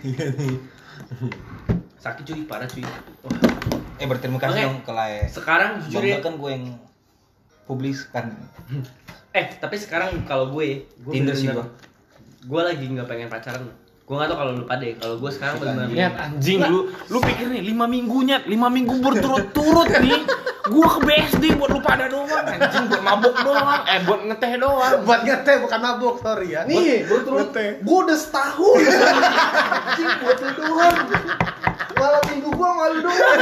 Sakit cuy, parah cuy. Wah. Berterima kasih Oke. dong ke Lae. Sekarang jujur ya, Bangga kan gue yang publiskan. tapi sekarang kalau gue Tinder sih bener-bener- gue lagi nggak pengen pacaran. Gue nggak tau kalau lu pada. Kalau gue sekarang benar-benar Nyet anjing lu pikir nih 5 minggu nyet, 5 minggu berturut-turut nih. Gua ke BSD buat lu pada doang, anjing buat mabok doang, buat ngeteh doang. buat ngeteh bukan mabuk, sorry ya. Nih, ngeteh. Gue udah setahun. Anjing buat lu doang. Malam minggu gue malu doang.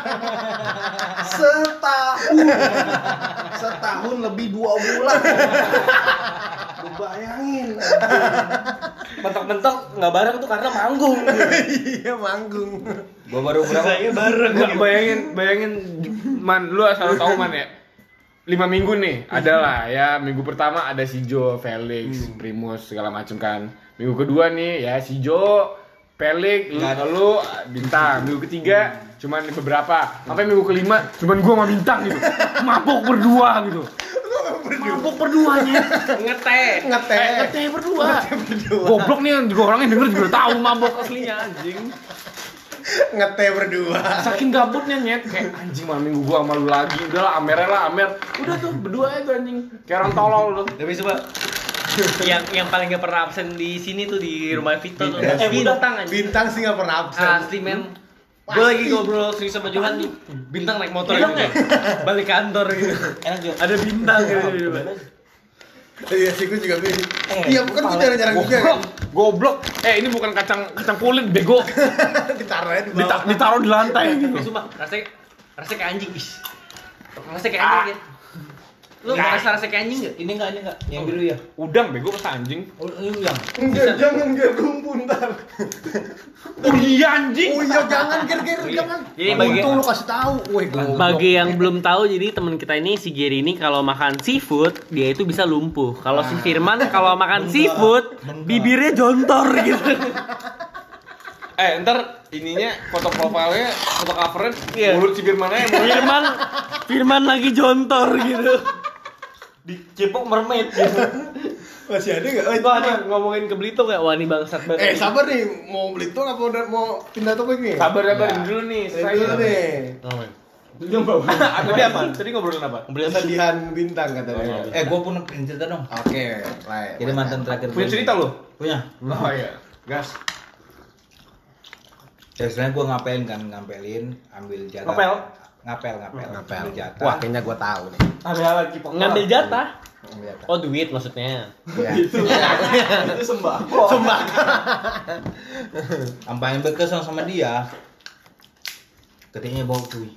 Setahun lebih 2 bulan. Lu bayangin. mentok-mentok nggak bareng tuh karena manggung. Iya, manggung. Gue baru berapa? Saya bareng. Nggak, bayangin man, lu asal tahu man ya. 5 minggu nih, adalah ya. Minggu pertama ada si Jo, Felix, Primus segala macem kan. Minggu kedua nih ya si Jo, Felix, lu Bintang. Minggu ketiga cuman beberapa. Sampai minggu kelima cuman gua sama Bintang gitu. Mabok berdua gitu. Mabok berduanya. Ngeteh berdua. Goblok nih yang juga orang yang denger juga tahu mabok aslinya anjing. Ngeteh berdua. Saking gabutnya nyet kayak anjing malam minggu gua sama lu lagi. Udahlah Amer. Udah tuh berdua aja anjing. Kayak orang tolol lu. Tapi coba yang paling gak pernah absen di sini tuh di rumah Vito tuh. Bintang Bintang aja. Bintang sih nggak pernah absen. Asli men. Gue lagi ngobrol serius sama Johan nih. Bintang naik motor gitu. Balik kantor gitu. Enak juga. Ada bintang gitu. Iya sih, gue juga bingung. Iya, bukan gue jarang-jarang juga kan. Goblok. Ini bukan kacang kulit bego. Ditaruh aja di bawah. Ditaruh di lantai gitu. Sumpah, rasanya kayak anjing. Rasanya kayak anjing ya. Lu ngerasa kayak anjing gak? Ini enggak. Yang biru ya. Udang bego pas anjing. Oh, ini yang. Enggak, jangan gerumpu ntar. Oh iya anjing. Oh iya, jangan ger jangan. Jadi bagi Untung lu kasih tahu. Woi, goblok. bagi yang belum tahu, jadi teman kita ini si Gary ini kalau makan seafood dia itu bisa lumpuh. Kalau si Firman kalau makan seafood bibirnya jontor gitu. Ntar ininya foto profilnya, foto covernya Iya. mulut si Firman aja. Firman lagi jontor gitu. Dicipok mermaid gitu. Masih ada nggak? Wah, nih ngomongin ke Belitung ya. Wah, ini bangsat banget. Sabar nih, mau Belitung apa udah mau pindah topik nih? Sabar dulu nih, Saya dulu nih. Tadi apa? Tadi ngobrolin apa? Kesedihan bintang katanya. Gua pun pengen cerita dong. Oke, baik. Jadi mantan terakhir Punya gua cerita ini- lo? Punya. Oh iya. Gas. Ya sebenarnya gua ngapelin, ambil jatah. Ngapel. Ambil jatah. Wah, kayaknya gua tahu nih. Ada cipok. Ngambil jatah. Ambil jatah. Oh, duit maksudnya. Ya. Itu sembako. Sampai yang berkesan sama dia. Ketiknya bau cuy.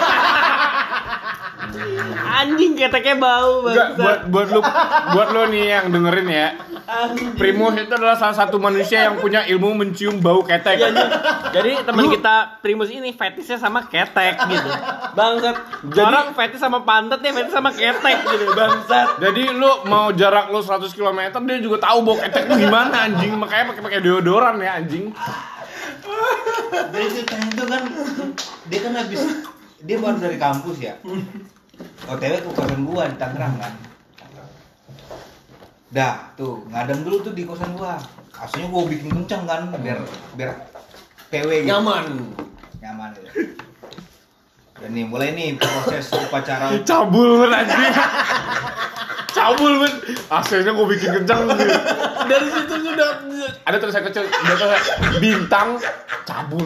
Anjing keteknya bau Enggak, bangsat. buat lo nih yang dengerin ya. Primus itu adalah salah satu manusia yang punya ilmu mencium bau ketek. Jadi teman kita Primus ini fetisnya sama ketek gitu. Bangsat. Orang fetis sama pantat ya fetis sama ketek gitu. Bangsat. Jadi lu mau jarak lu 100 km dia juga tahu bau ketek lu gimana anjing. Makanya pakai deodoran ya anjing. Jadi ceritanya itu kan dia kan dia baru dari kampus ya. OTW ke kosan gua di Tangerang kan. Dah, tuh ngadem dulu tuh di kosan gua. Aslinya gua bikin kencang kan biar PW gitu. Nyaman gitu. Dan nih mulai nih proses upacara. Cabul banget anjing. Cabul banget. Akhirnya gua bikin kencang gitu. Dari situ sudah ada tulisan kecil, ada tulisan bintang cabul.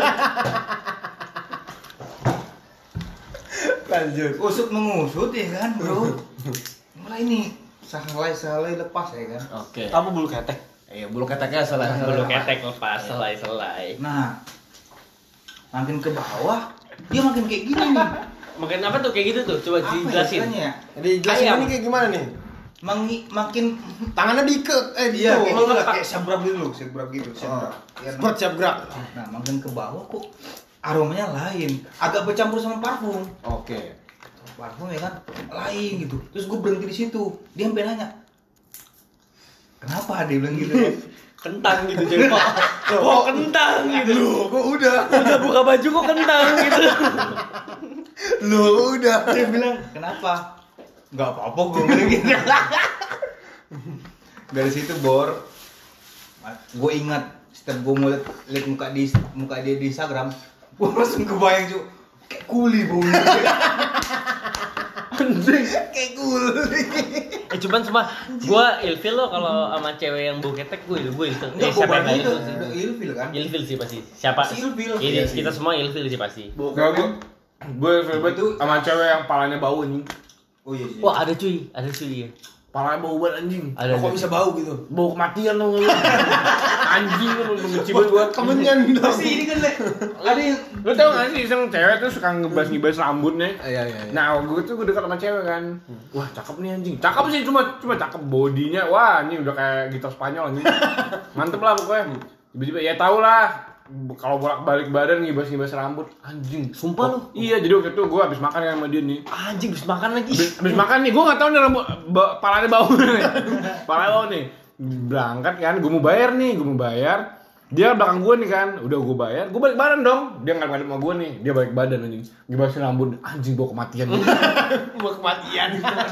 Lanjut. Usut mengusut ya kan, bro. Mulai nih sahalai lepas ya kan. Oke. Kamu bulu ketek. Iya, bulu keteknya salah. Bulu ketek lepas selai. Nah, makin ke bawah dia makin kayak gini nih. Makin apa tuh kayak gitu tuh? Coba Apa ya dijelasin. istilahnya ya? Jadi jelasin Ayam. ini kayak gimana nih? Makin Tangannya diikat, iya kayak gitu lah, Melepak. kayak sebrab gitu, sebrab gitu, sebrab. Ya, Seperti siap gerak. nah, makin ke bawah kok aromanya lain, agak bercampur sama parfum. Oke. Parfum ya kan, lain gitu. Terus gue berhenti di situ. Dia sampai nanya, kenapa dia bilang gitu kan? Kentang gitu jadi kok kentang gitu. Loh, kok udah? Udah buka baju kok kentang gitu. Loh, udah. Dia bilang, kenapa? Nggak apa-apa gue bilang gitu. Dari situ Bor, gue ingat setiap gue mau liat muka dia di Instagram, gue langsung kebayang cuy, kayak kuli baunya. Kayak kuli. Cuman cuma gua ilfil lo kalau sama cewek yang bau ketek gue ilfil. Enggak, Siapa yang nggak itu ilfil sih? udah ilfil kan? Ilfil sih pasti. Siapa? Pasti ilfil. Ini Iya sih. kita semua ilfil sih pasti. Gak gue favorite tuh sama cewek yang palanya bau anjing. Oh iya sih. Wah ada cuy ya. Palanya bau banget anjing. Ada. Kok bisa bau gitu? Bau kematian dong lu. Anjing lu benci banget gua. Kemenyan dong. Pasti ini kan Le. Ada yang Lu tau gak sih iseng cewek tuh suka ngebas rambutnya. Iya. Nah, gue dekat sama cewek kan. Wah, cakep nih anjing. Cakep sih cuma cakep bodinya. Wah, ini udah kayak gitar Spanyol anjing. Mantep lah pokoknya. Tiba-tiba ya tau lah. Kalau bolak-balik badan ngibas rambut anjing. Sumpah lu? Iya, jadi waktu itu gue habis makan kan sama dia nih. Anjing habis makan lagi. Habis makan nih, gue nggak tahu nih rambut palanya bau nih. Palanya bau nih. Berangkat kan, gue mau bayar. Dia belakang gue nih kan, udah gue bayar, gue balik badan dong. Dia nggak balik sama gue nih, dia balik badan anjing. Ngibasin rambut, anjing bau kematian. Bau kematian.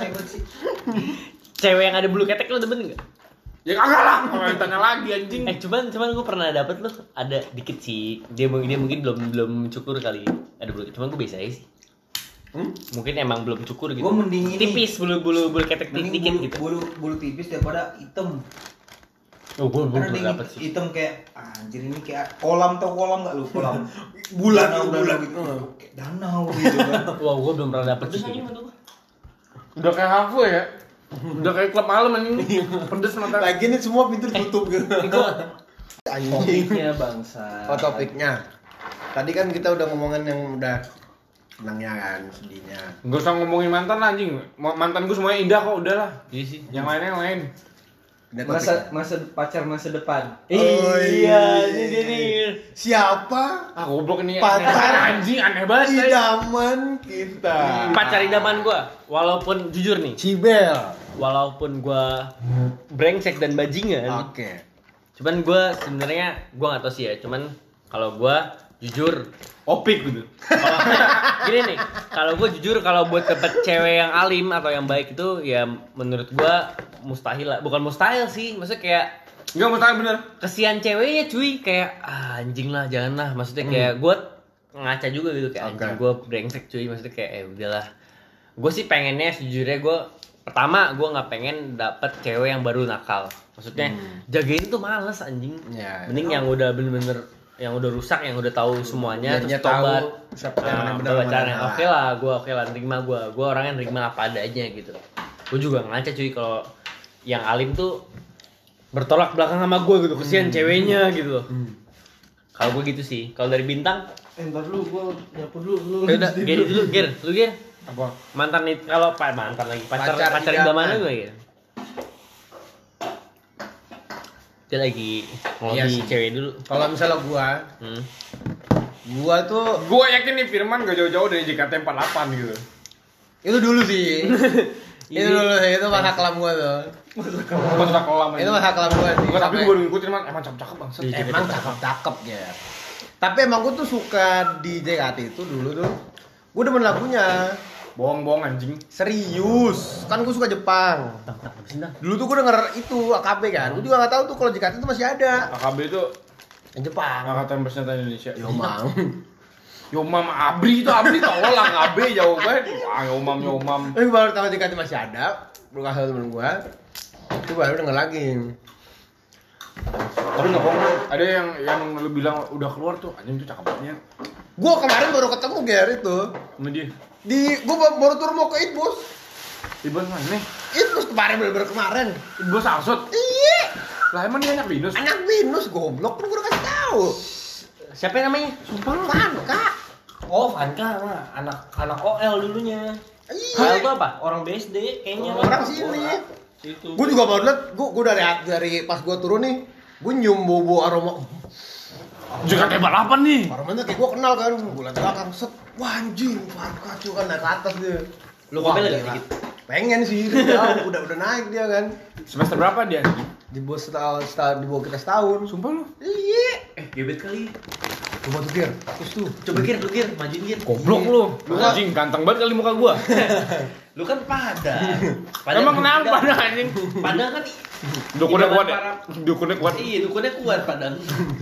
Cewek yang ada bulu ketek lo demen enggak? Ya kagak lah, kalau tanya lagi anjing. Cuman gue pernah dapet loh, ada dikit sih. Dia mungkin belum cukur kali. Ada bulu, cuman gue biasa aja sih. Mungkin emang belum cukur gitu. Gua mending ini. Tipis bulu ketek mending dikit gitu. bulu tipis daripada hitam. Oh, gue Karena belum dia dapet sih. hitam kayak anjir ini kayak kolam nggak lu kolam Bulat danau gitu kayak danau gitu kan. Wah, gue belum pernah dapet sih kayak gitu. Udah kayak halfway ya. Udah kayak klub malam anjing. Pedes mata. Lagi nih semua pintu ditutup gitu. Anjing. Topiknya bangsa. Oh, topiknya. Tadi kan kita udah ngomongin yang udah senangnya kan, sedihnya. Gak usah ngomongin mantan lah, anjing. Mantan gue semuanya indah kok, udahlah. Iya sih. Yang lainnya yang lain. Udah topik. Masa depan. Oh, iya. ini dia nih. Siapa Ah, goblok ini. Pacar. Anjing aneh banget. say. idaman kita? Pacar idaman gue, walaupun jujur nih, Cibel. walaupun gue brengsek dan bajingan, Oke. cuman gue sebenarnya gue nggak tahu sih ya, cuman kalau gue jujur. Opik gitu. Gini nih, kalau gue jujur kalau buat dapet cewek yang alim atau yang baik itu ya menurut gue mustahil lah. Bukan mustahil sih, maksudnya kayak Enggak mustahil bener. kesian ceweknya cuy, kayak anjing lah jangan lah. Maksudnya kayak gue ngaca juga gitu kayak anjing gue brengsek cuy, maksudnya kayak udahlah. Gue sih pengennya sejujurnya gue pertama gue nggak pengen dapet cewek yang baru nakal. Maksudnya jagain tuh males anjing. Ya, Mending yang udah bener-bener yang udah rusak, yang udah tahu semuanya Biar terus dia tahu tobat. siapa yang mana benar, Tobat mana caranya. salah. Oke lah, nerima gue orangnya nerima apa adanya gitu. Gue juga ngaca cuy kalau yang alim tuh bertolak belakang sama gue gitu, kesian ceweknya gitu. Kalau gue gitu sih. Kalau dari bintang, Ntar lu gua nyapu dulu. ya udah Geri dulu, lu Ger. Apa? Mantan itu kalau mantan lagi pacar Pacar idaman idaman. lu ya. Dia lagi mau Iya di sih. cewek dulu. Kalau misalnya gua tuh Gua yakin nih Firman gak jauh-jauh dari JKT48 gitu. itu dulu sih. Itu dulu sih, itu masa kelam gua tuh. Masa kelam Itu masa kelam gua sih. Enggak, tapi Sampai- gua ngikutin emang cakep-cakep banget. Emang cakep-cakep ya. Tapi emang gue tuh suka di JKT itu dulu tuh. Gue demen lagunya. Bohong-bohong anjing. Serius. Kan gue suka Jepang. Dulu tuh gue denger itu AKB kan. Gue juga gak tahu tuh kalau JKT itu masih ada. AKB itu Yang Jepang. Angkatan Bersenjata Indonesia. Yomang. Yomam Abri tolol lah ngabe jauh banget. Wah, Yomam. Tapi baru tahu JKT masih ada. Belum kasih temen gue. Itu baru denger lagi. Tapi nggak bohong, ada yang lu bilang udah keluar tuh, anjing tuh cakep banget. Gue kemarin baru ketemu Ger itu. Sama dia. Gue baru turun mau ke Itbus. Ibon mana nih? Itbus kemarin bener-bener kemarin. Ibon Sarsut. Iya. Lah emang dia anak binus. Anak binus goblok. Lu udah kasih tahu. Siapa yang namanya? Sumpah lu kan, Kak. Oh, Vanka mah anak OL dulunya. Hal Iya. itu apa? Orang BSD kayaknya. Orang sini. Itu. Gue juga baru liat, gue dari pas gue turun nih, gue nyium bobo aroma. JKT48 nih. Aromanya kayak gue kenal kan, gue liat belakang, set, wah anjing, Vanka cuy kan naik ke atas dia. Lu Wah, kopel lagi gila. dikit? Pengen sih, udah naik dia kan. Semester berapa dia? Di bawah di bawah kita setahun. Sumpah lu. Iya. Gebet kali. Coba tuh Gir, terus tuh. Coba lu majuin Gir. Goblok lu. Anjing ganteng banget kali muka gua. Lu kan Padang. Emang kenapa anjing? Padang kan Dukunnya idaman kuat ya? para- Dukunnya kuat. Iya, dukunnya kuat Padang.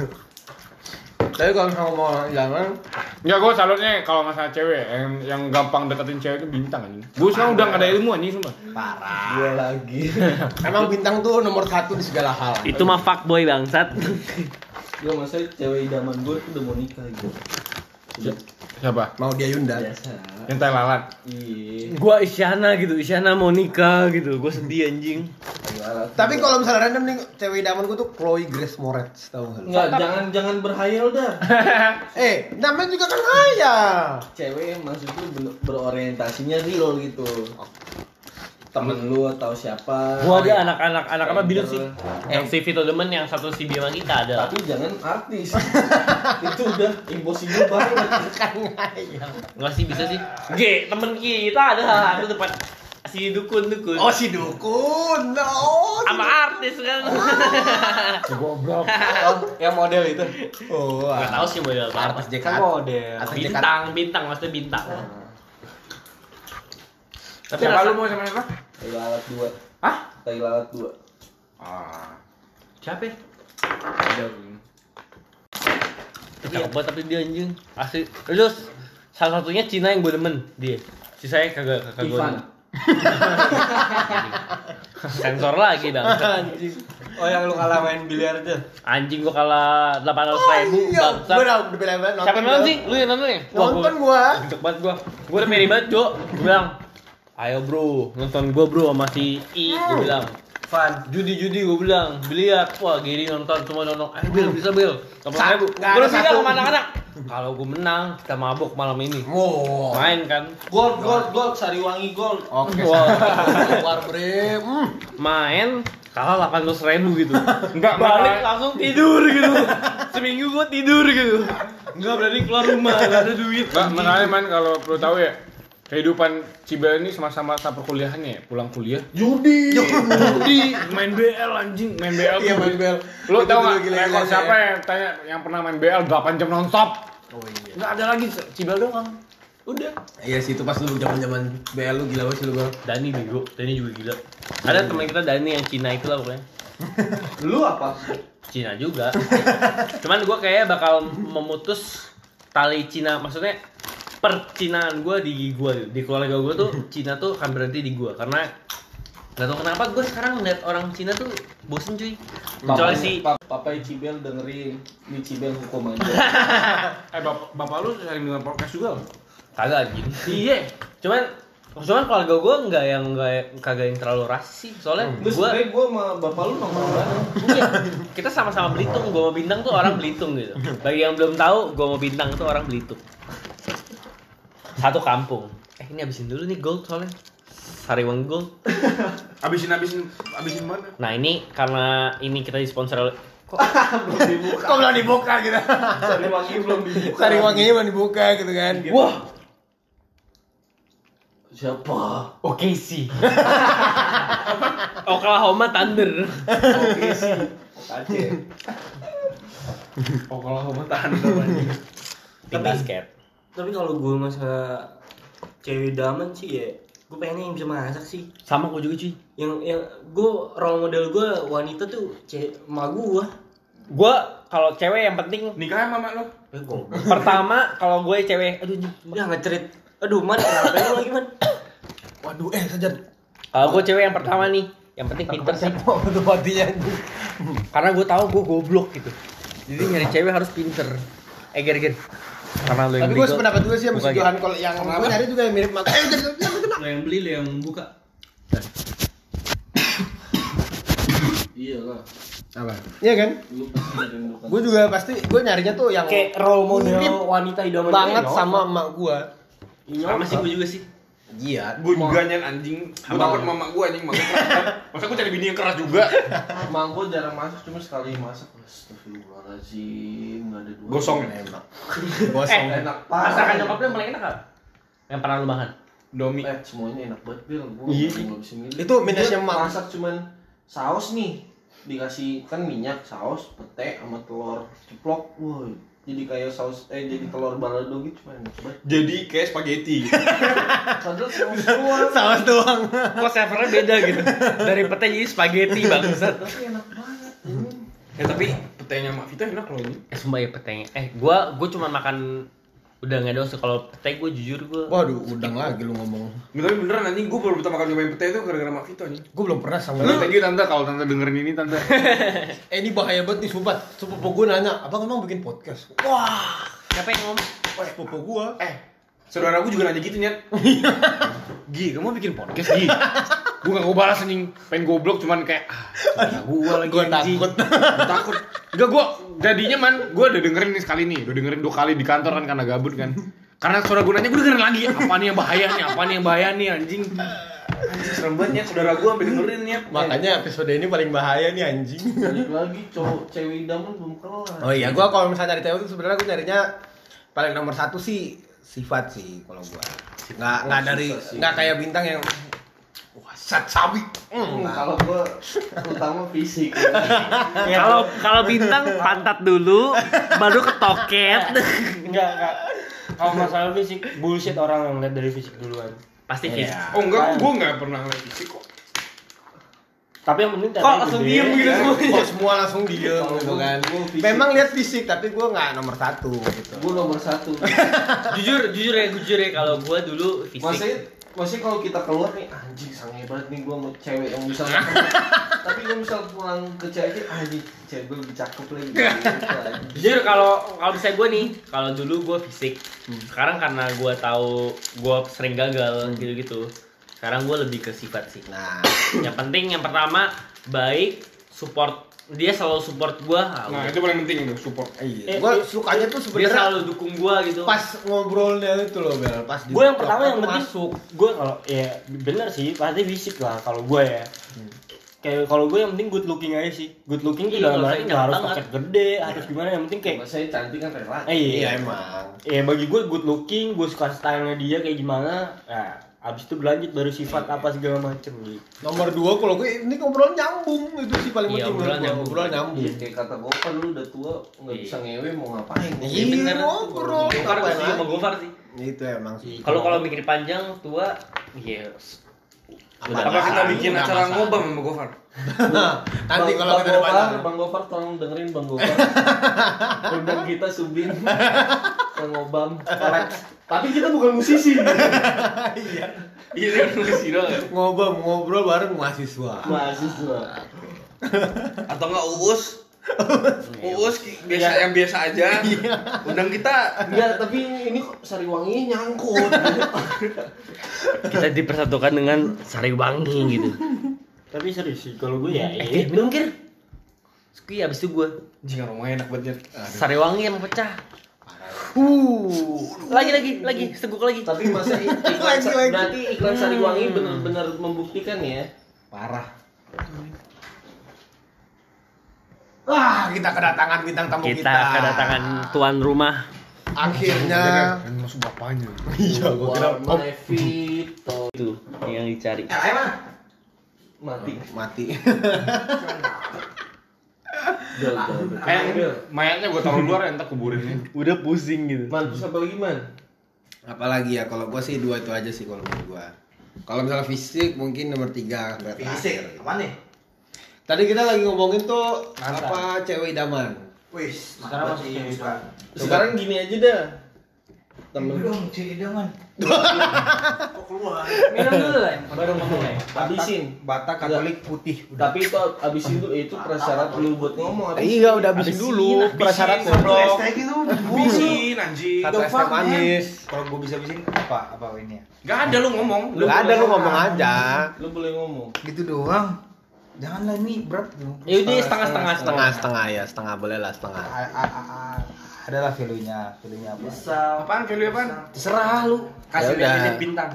Tapi kalau misalnya ngomong jangan, Enggak, gua salutnya kalau masalah cewek yang gampang deketin cewek itu bintang anjing. Gua sekarang udah enggak ada ilmu anjing sumpah. parah. Gua lagi. Emang bintang tuh nomor 1 di segala hal. Itu mah fuckboy bangsat. Gua masa cewek idaman gua tuh udah mau nikah gitu. Siapa? Mau dia Yunda. Biasa. Yang tai lalat. Iya. Gua Isyana gitu, Isyana mau nikah gitu. Gua sedih anjing. Tapi kalau misalnya random nih, cewek idaman gue tuh Chloe Grace Moretz, tau gak? Enggak, jangan berhayal dah. Namanya juga kan hayal. Cewek maksudnya berorientasinya real gitu. Temen lu atau siapa. Gua ada anak apa bilang sih? Pinter. Yang si Vito demen yang satu si Bima kita ada. Tapi jangan artis. Itu udah impossible banget. Kan hayal. Enggak sih bisa sih. G, temen kita ada itu depan si dukun. Oh si dukun, no. Sama artis kan. Goblok. Yang model itu. Oh, Enggak tahu sih model apa. artis JKT. Kan model. Artis JKT. Bintang maksudnya bintang. Tapi Siapa lu rasa mau sama siapa? Tai lalat 2. Hah? Tai lalat 2. Ah. siapa? Ya? Ada. Cakep banget tapi dia anjing. Asli. Terus salah satunya Cina yang gue demen dia. Sisanya kagak gue. Ivan. Sensor lagi bang. Oh, yang lu kalah main biliar itu. Anjing gua kalah 800.000. Iya, gue udah bela nonton. Siapa yang nonton sih? Lu yang nonton ya? Nonton gua. Gede banget gua. Gua udah pede banget, Cok. Gua bilang, "Ayo, Bro, nonton gua, Bro, sama si I." Gua bilang, Fun. judi gua bilang, biliar. Wah, Giri nonton semua nonton. Ayo, Bil, bisa, Bil. 800.000. Nggak Gua ada bilang satu. sama anak-anak, kalau gua menang, kita mabuk malam ini. Wow. Main kan? Gold, Sariwangi gold. Oke. Wah, Keluar bre. main kalah 800.000 gitu. Enggak, Balik langsung tidur gitu. Seminggu gua tidur gitu. Enggak berani keluar rumah, enggak ada duit. Mbak, makanya man kalau perlu tahu ya, kehidupan Cibel ini sama-masa perkuliahannya ya, pulang kuliah. Judi. Main BL anjing, main BL. Iya main bel. Lu Itu tahu dulu nggak gila-gila rekor siapa ya. yang tanya yang pernah main BL 8 jam nonstop? Oh iya. Nggak ada lagi Cibel doang. Udah. Iya sih itu pas lu zaman BL lu gila banget sih lu Bang. Dani bego, Dani juga gila. Ada teman kita Dani yang Cina itu lah pokoknya. Lu apa? Cina juga. Cuman gue kayaknya bakal memutus tali Cina, maksudnya percinaan gue di keluarga gue tuh Cina tuh akan berhenti di gue karena nggak tahu kenapa gue sekarang ngeliat orang Cina tuh bosen cuy. Kecuali si Papa Cibel dengerin ini Cibel hukum aja. Bapak lu sering dengar podcast juga loh? kagak gitu. Iya. Cuman keluarga gue kagak yang terlalu rasis sih. Soalnya Terus sebenernya gue sama bapak lu nongkrong bareng. iya, kita sama-sama Belitung. Gue mau Bintang tuh orang Belitung gitu. Bagi yang belum tahu, gue mau Bintang tuh orang Belitung. Satu kampung. Ini habisin dulu nih gold soalnya. Sariwangi Gold. Abisin mana? Nah ini karena ini kita disponsor oleh Kok belum dibuka gitu. Sariwangi belum dibuka. Sariwanginya belum dibuka gitu kan. wah, Siapa? oke sih. Oklahoma Thunder. Oke sih. Oke. Oklahoma Thunder anjing. Tim basket. Tapi kalau gue masa cewek daman sih ya, gue pengennya yang bisa masak sih. Sama gue juga cuy. Yang gue role model gue wanita tuh emak gue. Gue kalau cewek yang penting Nikah sama mak lo? pertama kalau gue cewek, aduh Ya ngecerit. Aduh man, kenapa lu lagi man? Waduh, Sajar. kalau gue cewek yang pertama nih, yang penting pinter sih. Waduh, matinya. Karena gue tahu gue goblok gitu. Jadi nyari cewek harus pinter. Ger. Karena lo yang Tapi gue sependapat juga sih sama Buka si Johan kalau yang gue nyari juga yang mirip mata. Lo yang beli, lo yang buka. Iyalah. Apa? Iya kan? Lu pasti merindukan. Gue juga pasti gue nyarinya tuh yang Kayak role model mirip wanita idaman banget gue, sama emak gue. sama sih gue juga sih. Iya. Gue juga nyen anjing. Gue takut mama gue anjing, mak gue keras banget. Masa gue cari bini yang keras juga. Emang gue jarang masak, cuma sekali masak. Astagfirullahaladzim, nggak ada dua. Gosong. Enak. Gosong. Enak parah. Masakan nyokap lo yang paling enak apa? Yang pernah lu makan? Domi. Semuanya enak banget, Bil. Gue Iya. nggak bisa milih. Itu minusnya Dia emak. masak cuman saus nih, dikasih kan minyak, saus, pete, sama telur ceplok. Woi, jadi kayak saus, jadi telur balado gitu, cuma enak banget. Jadi kayak spaghetti. Padahal saus doang. Saus doang. Kok servernya beda gitu? Dari pete jadi spaghetti bangsat. Tapi enak banget. Tapi petenya Mak Vita enak loh ini. Sumpah ya petenya. Gue cuma makan udangnya doang sih. Kalau pete gue jujur gue. Waduh, udang lagi lu ngomong. Tapi beneran anjing, gue baru pertama kali nyobain pete itu gara-gara Mak Vita anjing. Gue belum pernah sama Lu thank you tante kalau tante dengerin ini tante. Ini bahaya banget nih sumpah. Sepupu gue nanya, "Abang emang bikin podcast?" Wah, Siapa yang ngomong? sepupu gue. Saudara gue juga nanya gitu nyet. Gi, kamu bikin podcast Gi? Gue gak gue balas anjing, pengen goblok cuman kayak saudara gue lagi Gue anjing. takut. Gue takut. Enggak gue jadinya man, gue udah dengerin nih sekali nih, udah dengerin 2 kali di kantor kan karena gabut kan. Karena saudara gue nanya, gue dengerin lagi. Apa nih yang bahaya nih, anjing. Anjing serem banget ya, saudara gue sampai dengerin ya. Makanya episode ini paling bahaya nih anjing. Balik lagi cowok cewek idaman belum kelar. Oh iya, gue kalau misalnya nyari cewek tuh sebenarnya gue nyarinya paling nomor 1 sih sifat sih kalau gue. Nggak dari nggak kayak bintang yang wah sat sawi. Kalau gue terutama fisik. Kalau bintang pantat dulu, baru ke toket. Enggak. Kalau masalah fisik, bullshit orang yang lihat dari fisik duluan. Pasti fit. Oh enggak, gue gak pernah ngeliat fisik kok. Tapi yang penting Kok langsung diem gitu semuanya? Oh, semua langsung diem gitu kan. Memang lihat fisik tapi gue nggak nomor 1 gitu. Gue nomor 1. jujur ya kalau gue dulu fisik. Maksudnya kalau kita keluar nih anjing sange banget nih gue sama cewek yang bisa tapi gue misal pulang ke cewek anjing cewek gue lebih cakep lagi. Jujur kalau misalnya gue nih, kalau dulu gue fisik. Sekarang karena gue tahu gue sering gagal gitu-gitu. Sekarang gue lebih ke sifat sih. Nah, Yang penting yang pertama baik, support. Dia selalu support gue. Nah itu paling penting itu, support. iya. Gue sukanya tuh Dia sebenarnya selalu dukung gue gitu. pas ngobrolnya itu loh Bel, pas di Gue yang pertama yang tuh penting masuk. gue kalau ya bener sih pasti fisik lah kalau gue ya. Kayak kalau gue yang penting good looking aja sih. Good looking tuh Iya, dalam kalau arti saya nggak harus banget. paket gede, harus gimana yang penting kayak Saya cantik kan relatif. Iya iya. emang. Ya bagi gue good looking, gue suka stylenya dia kayak gimana. Nah, Abis itu berlanjut baru sifat apa segala macem gitu. Nomor 2 kalau gue ini ngobrol nyambung itu sih paling Iya, penting. Ngobrol nyambung. Iya, kayak kata Gopar lu udah tua nggak bisa ngewe mau ngapain? Iya, bener. ngobrol. Gofar Ngapain setuju sama lagi? Gofar sih. Itu emang sih. Kalau mikir panjang tua, yes. Apa kita bikin Nggak acara masalah. ngobam sama Gofar? Nanti kalau kita Gofar, depan. Bang Gofar tolong dengerin Bang Gofar. Undang kita Subin ke ngobam. Tapi kita bukan musisi. Iya, kan musisi doang. Ngobrol bareng mahasiswa. Mahasiswa. Atau enggak Uus? Biasa yang biasa aja. Undang kita. Enggak, tapi ini kok Sariwangi nyangkut. Kita dipersatukan dengan Sariwangi gitu. Tapi serius sih kalau gue ya. Minum kir. Ski abis itu gue Jika rumahnya enak banget. Sariwangi yang pecah. Lagi, seguk lagi. Tapi masa iklan berarti iklan Sariwangi benar-benar membuktikan ya. Parah. Wah, kita kedatangan bintang tamu kita. Kita kedatangan tuan rumah. Akhirnya. Ini masuk bapaknya. Iya, gua kira My Vito Itu yang dicari. mati. Mayatnya gue taruh luar entar kuburin. Udah pusing gitu. Man, terus apa lagi man? apalagi ya kalau gua sih 2 itu aja sih kalau menurut gua. Kalau misalnya fisik mungkin nomor 3 Fisik, apa nih? Tadi kita lagi ngomongin tuh apa cewek idaman. Wih, Sekarang masih cewek idaman. Sekarang gini aja dah. Temen dong, cewek idaman. Kok keluar? Minum dulu lah, baru ngomong. Habisin. Batak Katolik putih. Tapi itu abisin dulu, itu prasyarat lu buat ngomong. Iya, udah habisin dulu prasyaratnya. Hashtag itu Bisin anjing. Satu es teh manis. Kalau gue bisa bikin apa ini ya? Gak ada lu ngomong. Lu ada lu ngomong aja. Lu boleh ngomong. Gitu doang. Janganlah ini berat dong. Ya udah setengah. Ya, setengah boleh lah setengah. Adalah value-nya apa? Bisa. Apaan value apaan? Terserah lu. Kasih Ya udah. lihat bintang.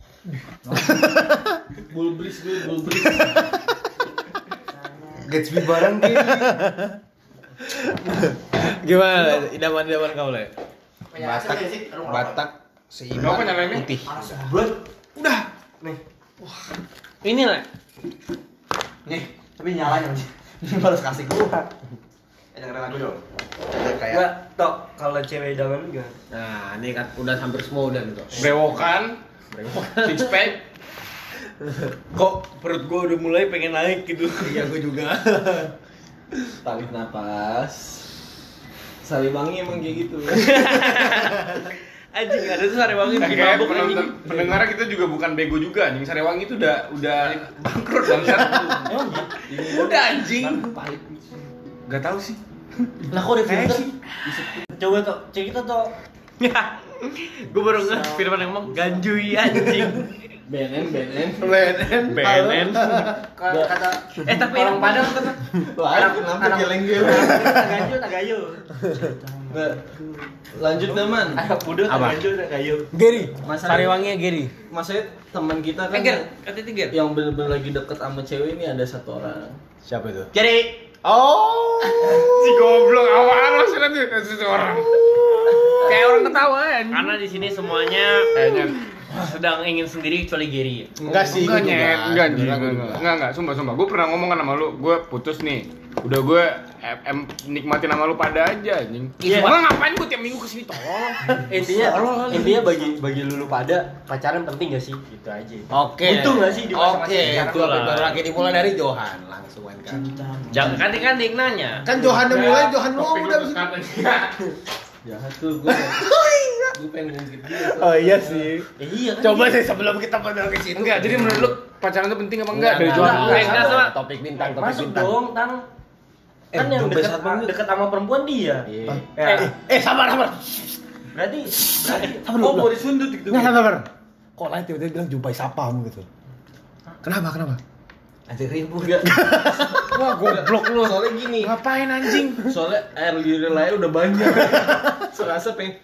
Bulbris. Gatsby barang kayak Gimana idaman kau le? Batak Gak apa seimbang nyalainnya? putih. Ini lah. Nih, tapi nyalain aja. Harus kasih gua. Dengerin aku dong. Enggak, tok kalau cewek idaman enggak. Nah, ini kan udah hampir semua udah gitu. Brewokan. Six pack. Kok perut gue udah mulai pengen naik gitu. Iya, gue juga. Tarik napas. Sariwangi emang kayak gitu. Anjing ada tuh Sariwangi bikin Kayak mabuk anjing. pendengar kita juga bukan bego juga anjing. Sariwangi itu udah bangkrut bangsat. Udah anjing. Gak tahu sih. Lah kok ada filter? Coba tok, cek kita tok. Gue baru nge Firman yang ngomong ganjui anjing. BNN. BNN. Kata Tapi orang Padang kata. Kenapa geleng-geleng? Tagayo. Nggak. Lanjut dah man. Anak muda Apa? tagayo. Gary, Sariwangi ya Gary. Maksudnya teman kita kan Kata tiga. yang bener-bener lagi deket sama cewek ini ada satu orang. siapa itu? Jadi Oh. Si goblok awal maksudnya tuh seseorang. Kayak orang ketawa kan. karena di sini semuanya sedang ingin sendiri kecuali Gary. Enggak sih, Enggak gua juga. nyet, enggak anjing. Sebenarnya gua juga. Enggak, sumpah. Gue pernah ngomong kan sama lu, gue putus nih. Udah gue nikmatin sama lu pada aja anjing. Iya. Gua ngapain gue tiap minggu kesini tolong. Intinya bagi lulu pada pacaran penting gak sih? Gitu aja. Oke. Untung nggak sih di masa-masa Oke, sekarang? itu baru lagi dimulai dari Johan langsung kan. Jangan kanting nanya. Kan Johan udah mulai, Johan mau udah bisa. Jahat tuh gue. Gue pengen ngungkit dia. Oh iya sih. Iya kan. Coba sih sebelum kita pada ke situ. Enggak, jadi menurut lu pacaran itu penting apa enggak? Dari Enggak, Johan. enggak, enggak, sama. Topik bintang. Masuk dong, Tang. Kan yang dekat sama perempuan dia. Iya. Sabar. Berarti Sabar. mau disundut gitu. Nggak sabar. Kok lain tiba-tiba bilang jumpai sapam gitu. Kenapa? Anjir ribut gak? Wah, goblok lu. Soalnya gini. Ngapain anjing? Soalnya air liur lain udah banyak. Serasa pengen.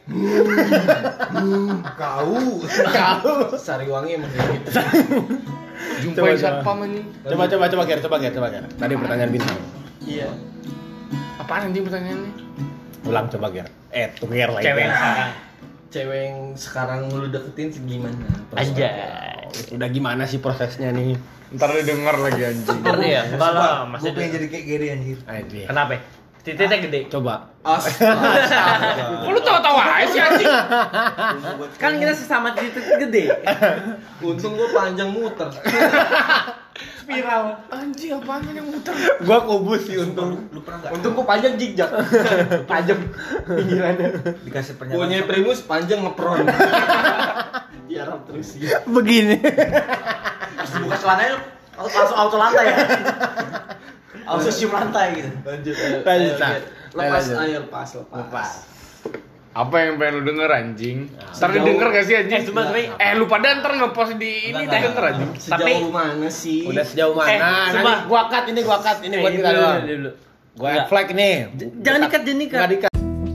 Kau. Sariwangi emang kayak gitu. Jumpai satpam anjing. Coba Ger. Tadi pertanyaan bintang. Iya. Apaan anjing pertanyaannya? Ulang coba Ger. Tuh Ger lagi. Cewek yang sekarang. Cewek yang sekarang lu deketin gimana? Anjay. Udah gimana sih prosesnya nih? Ntar dia denger lagi anjing. Bener ya? Enggak lah, Gue masih pengen jadi kayak Gary anjir. Kenapa? Titiknya gede. Coba. Kok lu tawa-tawa aja sih anjing? Kan kita sesama titik gede. Untung gua panjang muter. Spiral. Anjing apaan yang muter? Gua kubus sih untung. Lu pernah nggak Untung gua panjang jigjak. Tajam pinggirannya. dikasih pernyataan? Punya Primus panjang ngepron. Diarap terus ya. Begini. Pas dibuka celananya langsung auto lantai ya. Auto sium lantai gitu. Lanjut. Lepas. Air lepas. Apa yang pengen lu denger anjing? Ntar dia denger gak sih anjing? Cuma Lu pada ntar ngepost di ini dia denger anjing. Sejauh mana sih? Udah sejauh mana? coba. Nanti gua cut ini buat kita doang. Gua add flag nih. Jangan dikat, jangan dikat. Nggak dikat.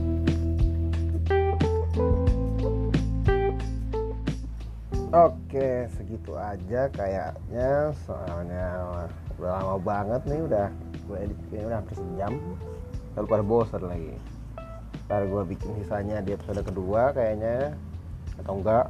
Oke, segitu aja kayaknya, soalnya udah lama banget nih, udah gue edit kayaknya udah hampir sejam. Lalu pada bosan lagi. Ntar gue bikin sisanya di episode kedua kayaknya, atau enggak.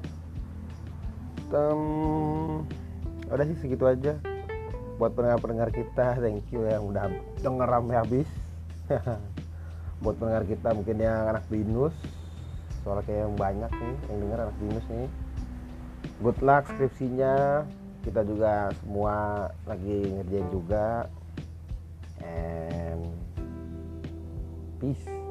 Udah sih segitu aja. Buat pendengar-pendengar kita, thank you yang udah denger sampai habis. Buat pendengar kita mungkin yang anak binus, soalnya kayak yang banyak nih yang denger anak binus nih. Good luck skripsinya, kita juga semua lagi ngerjain juga, and peace.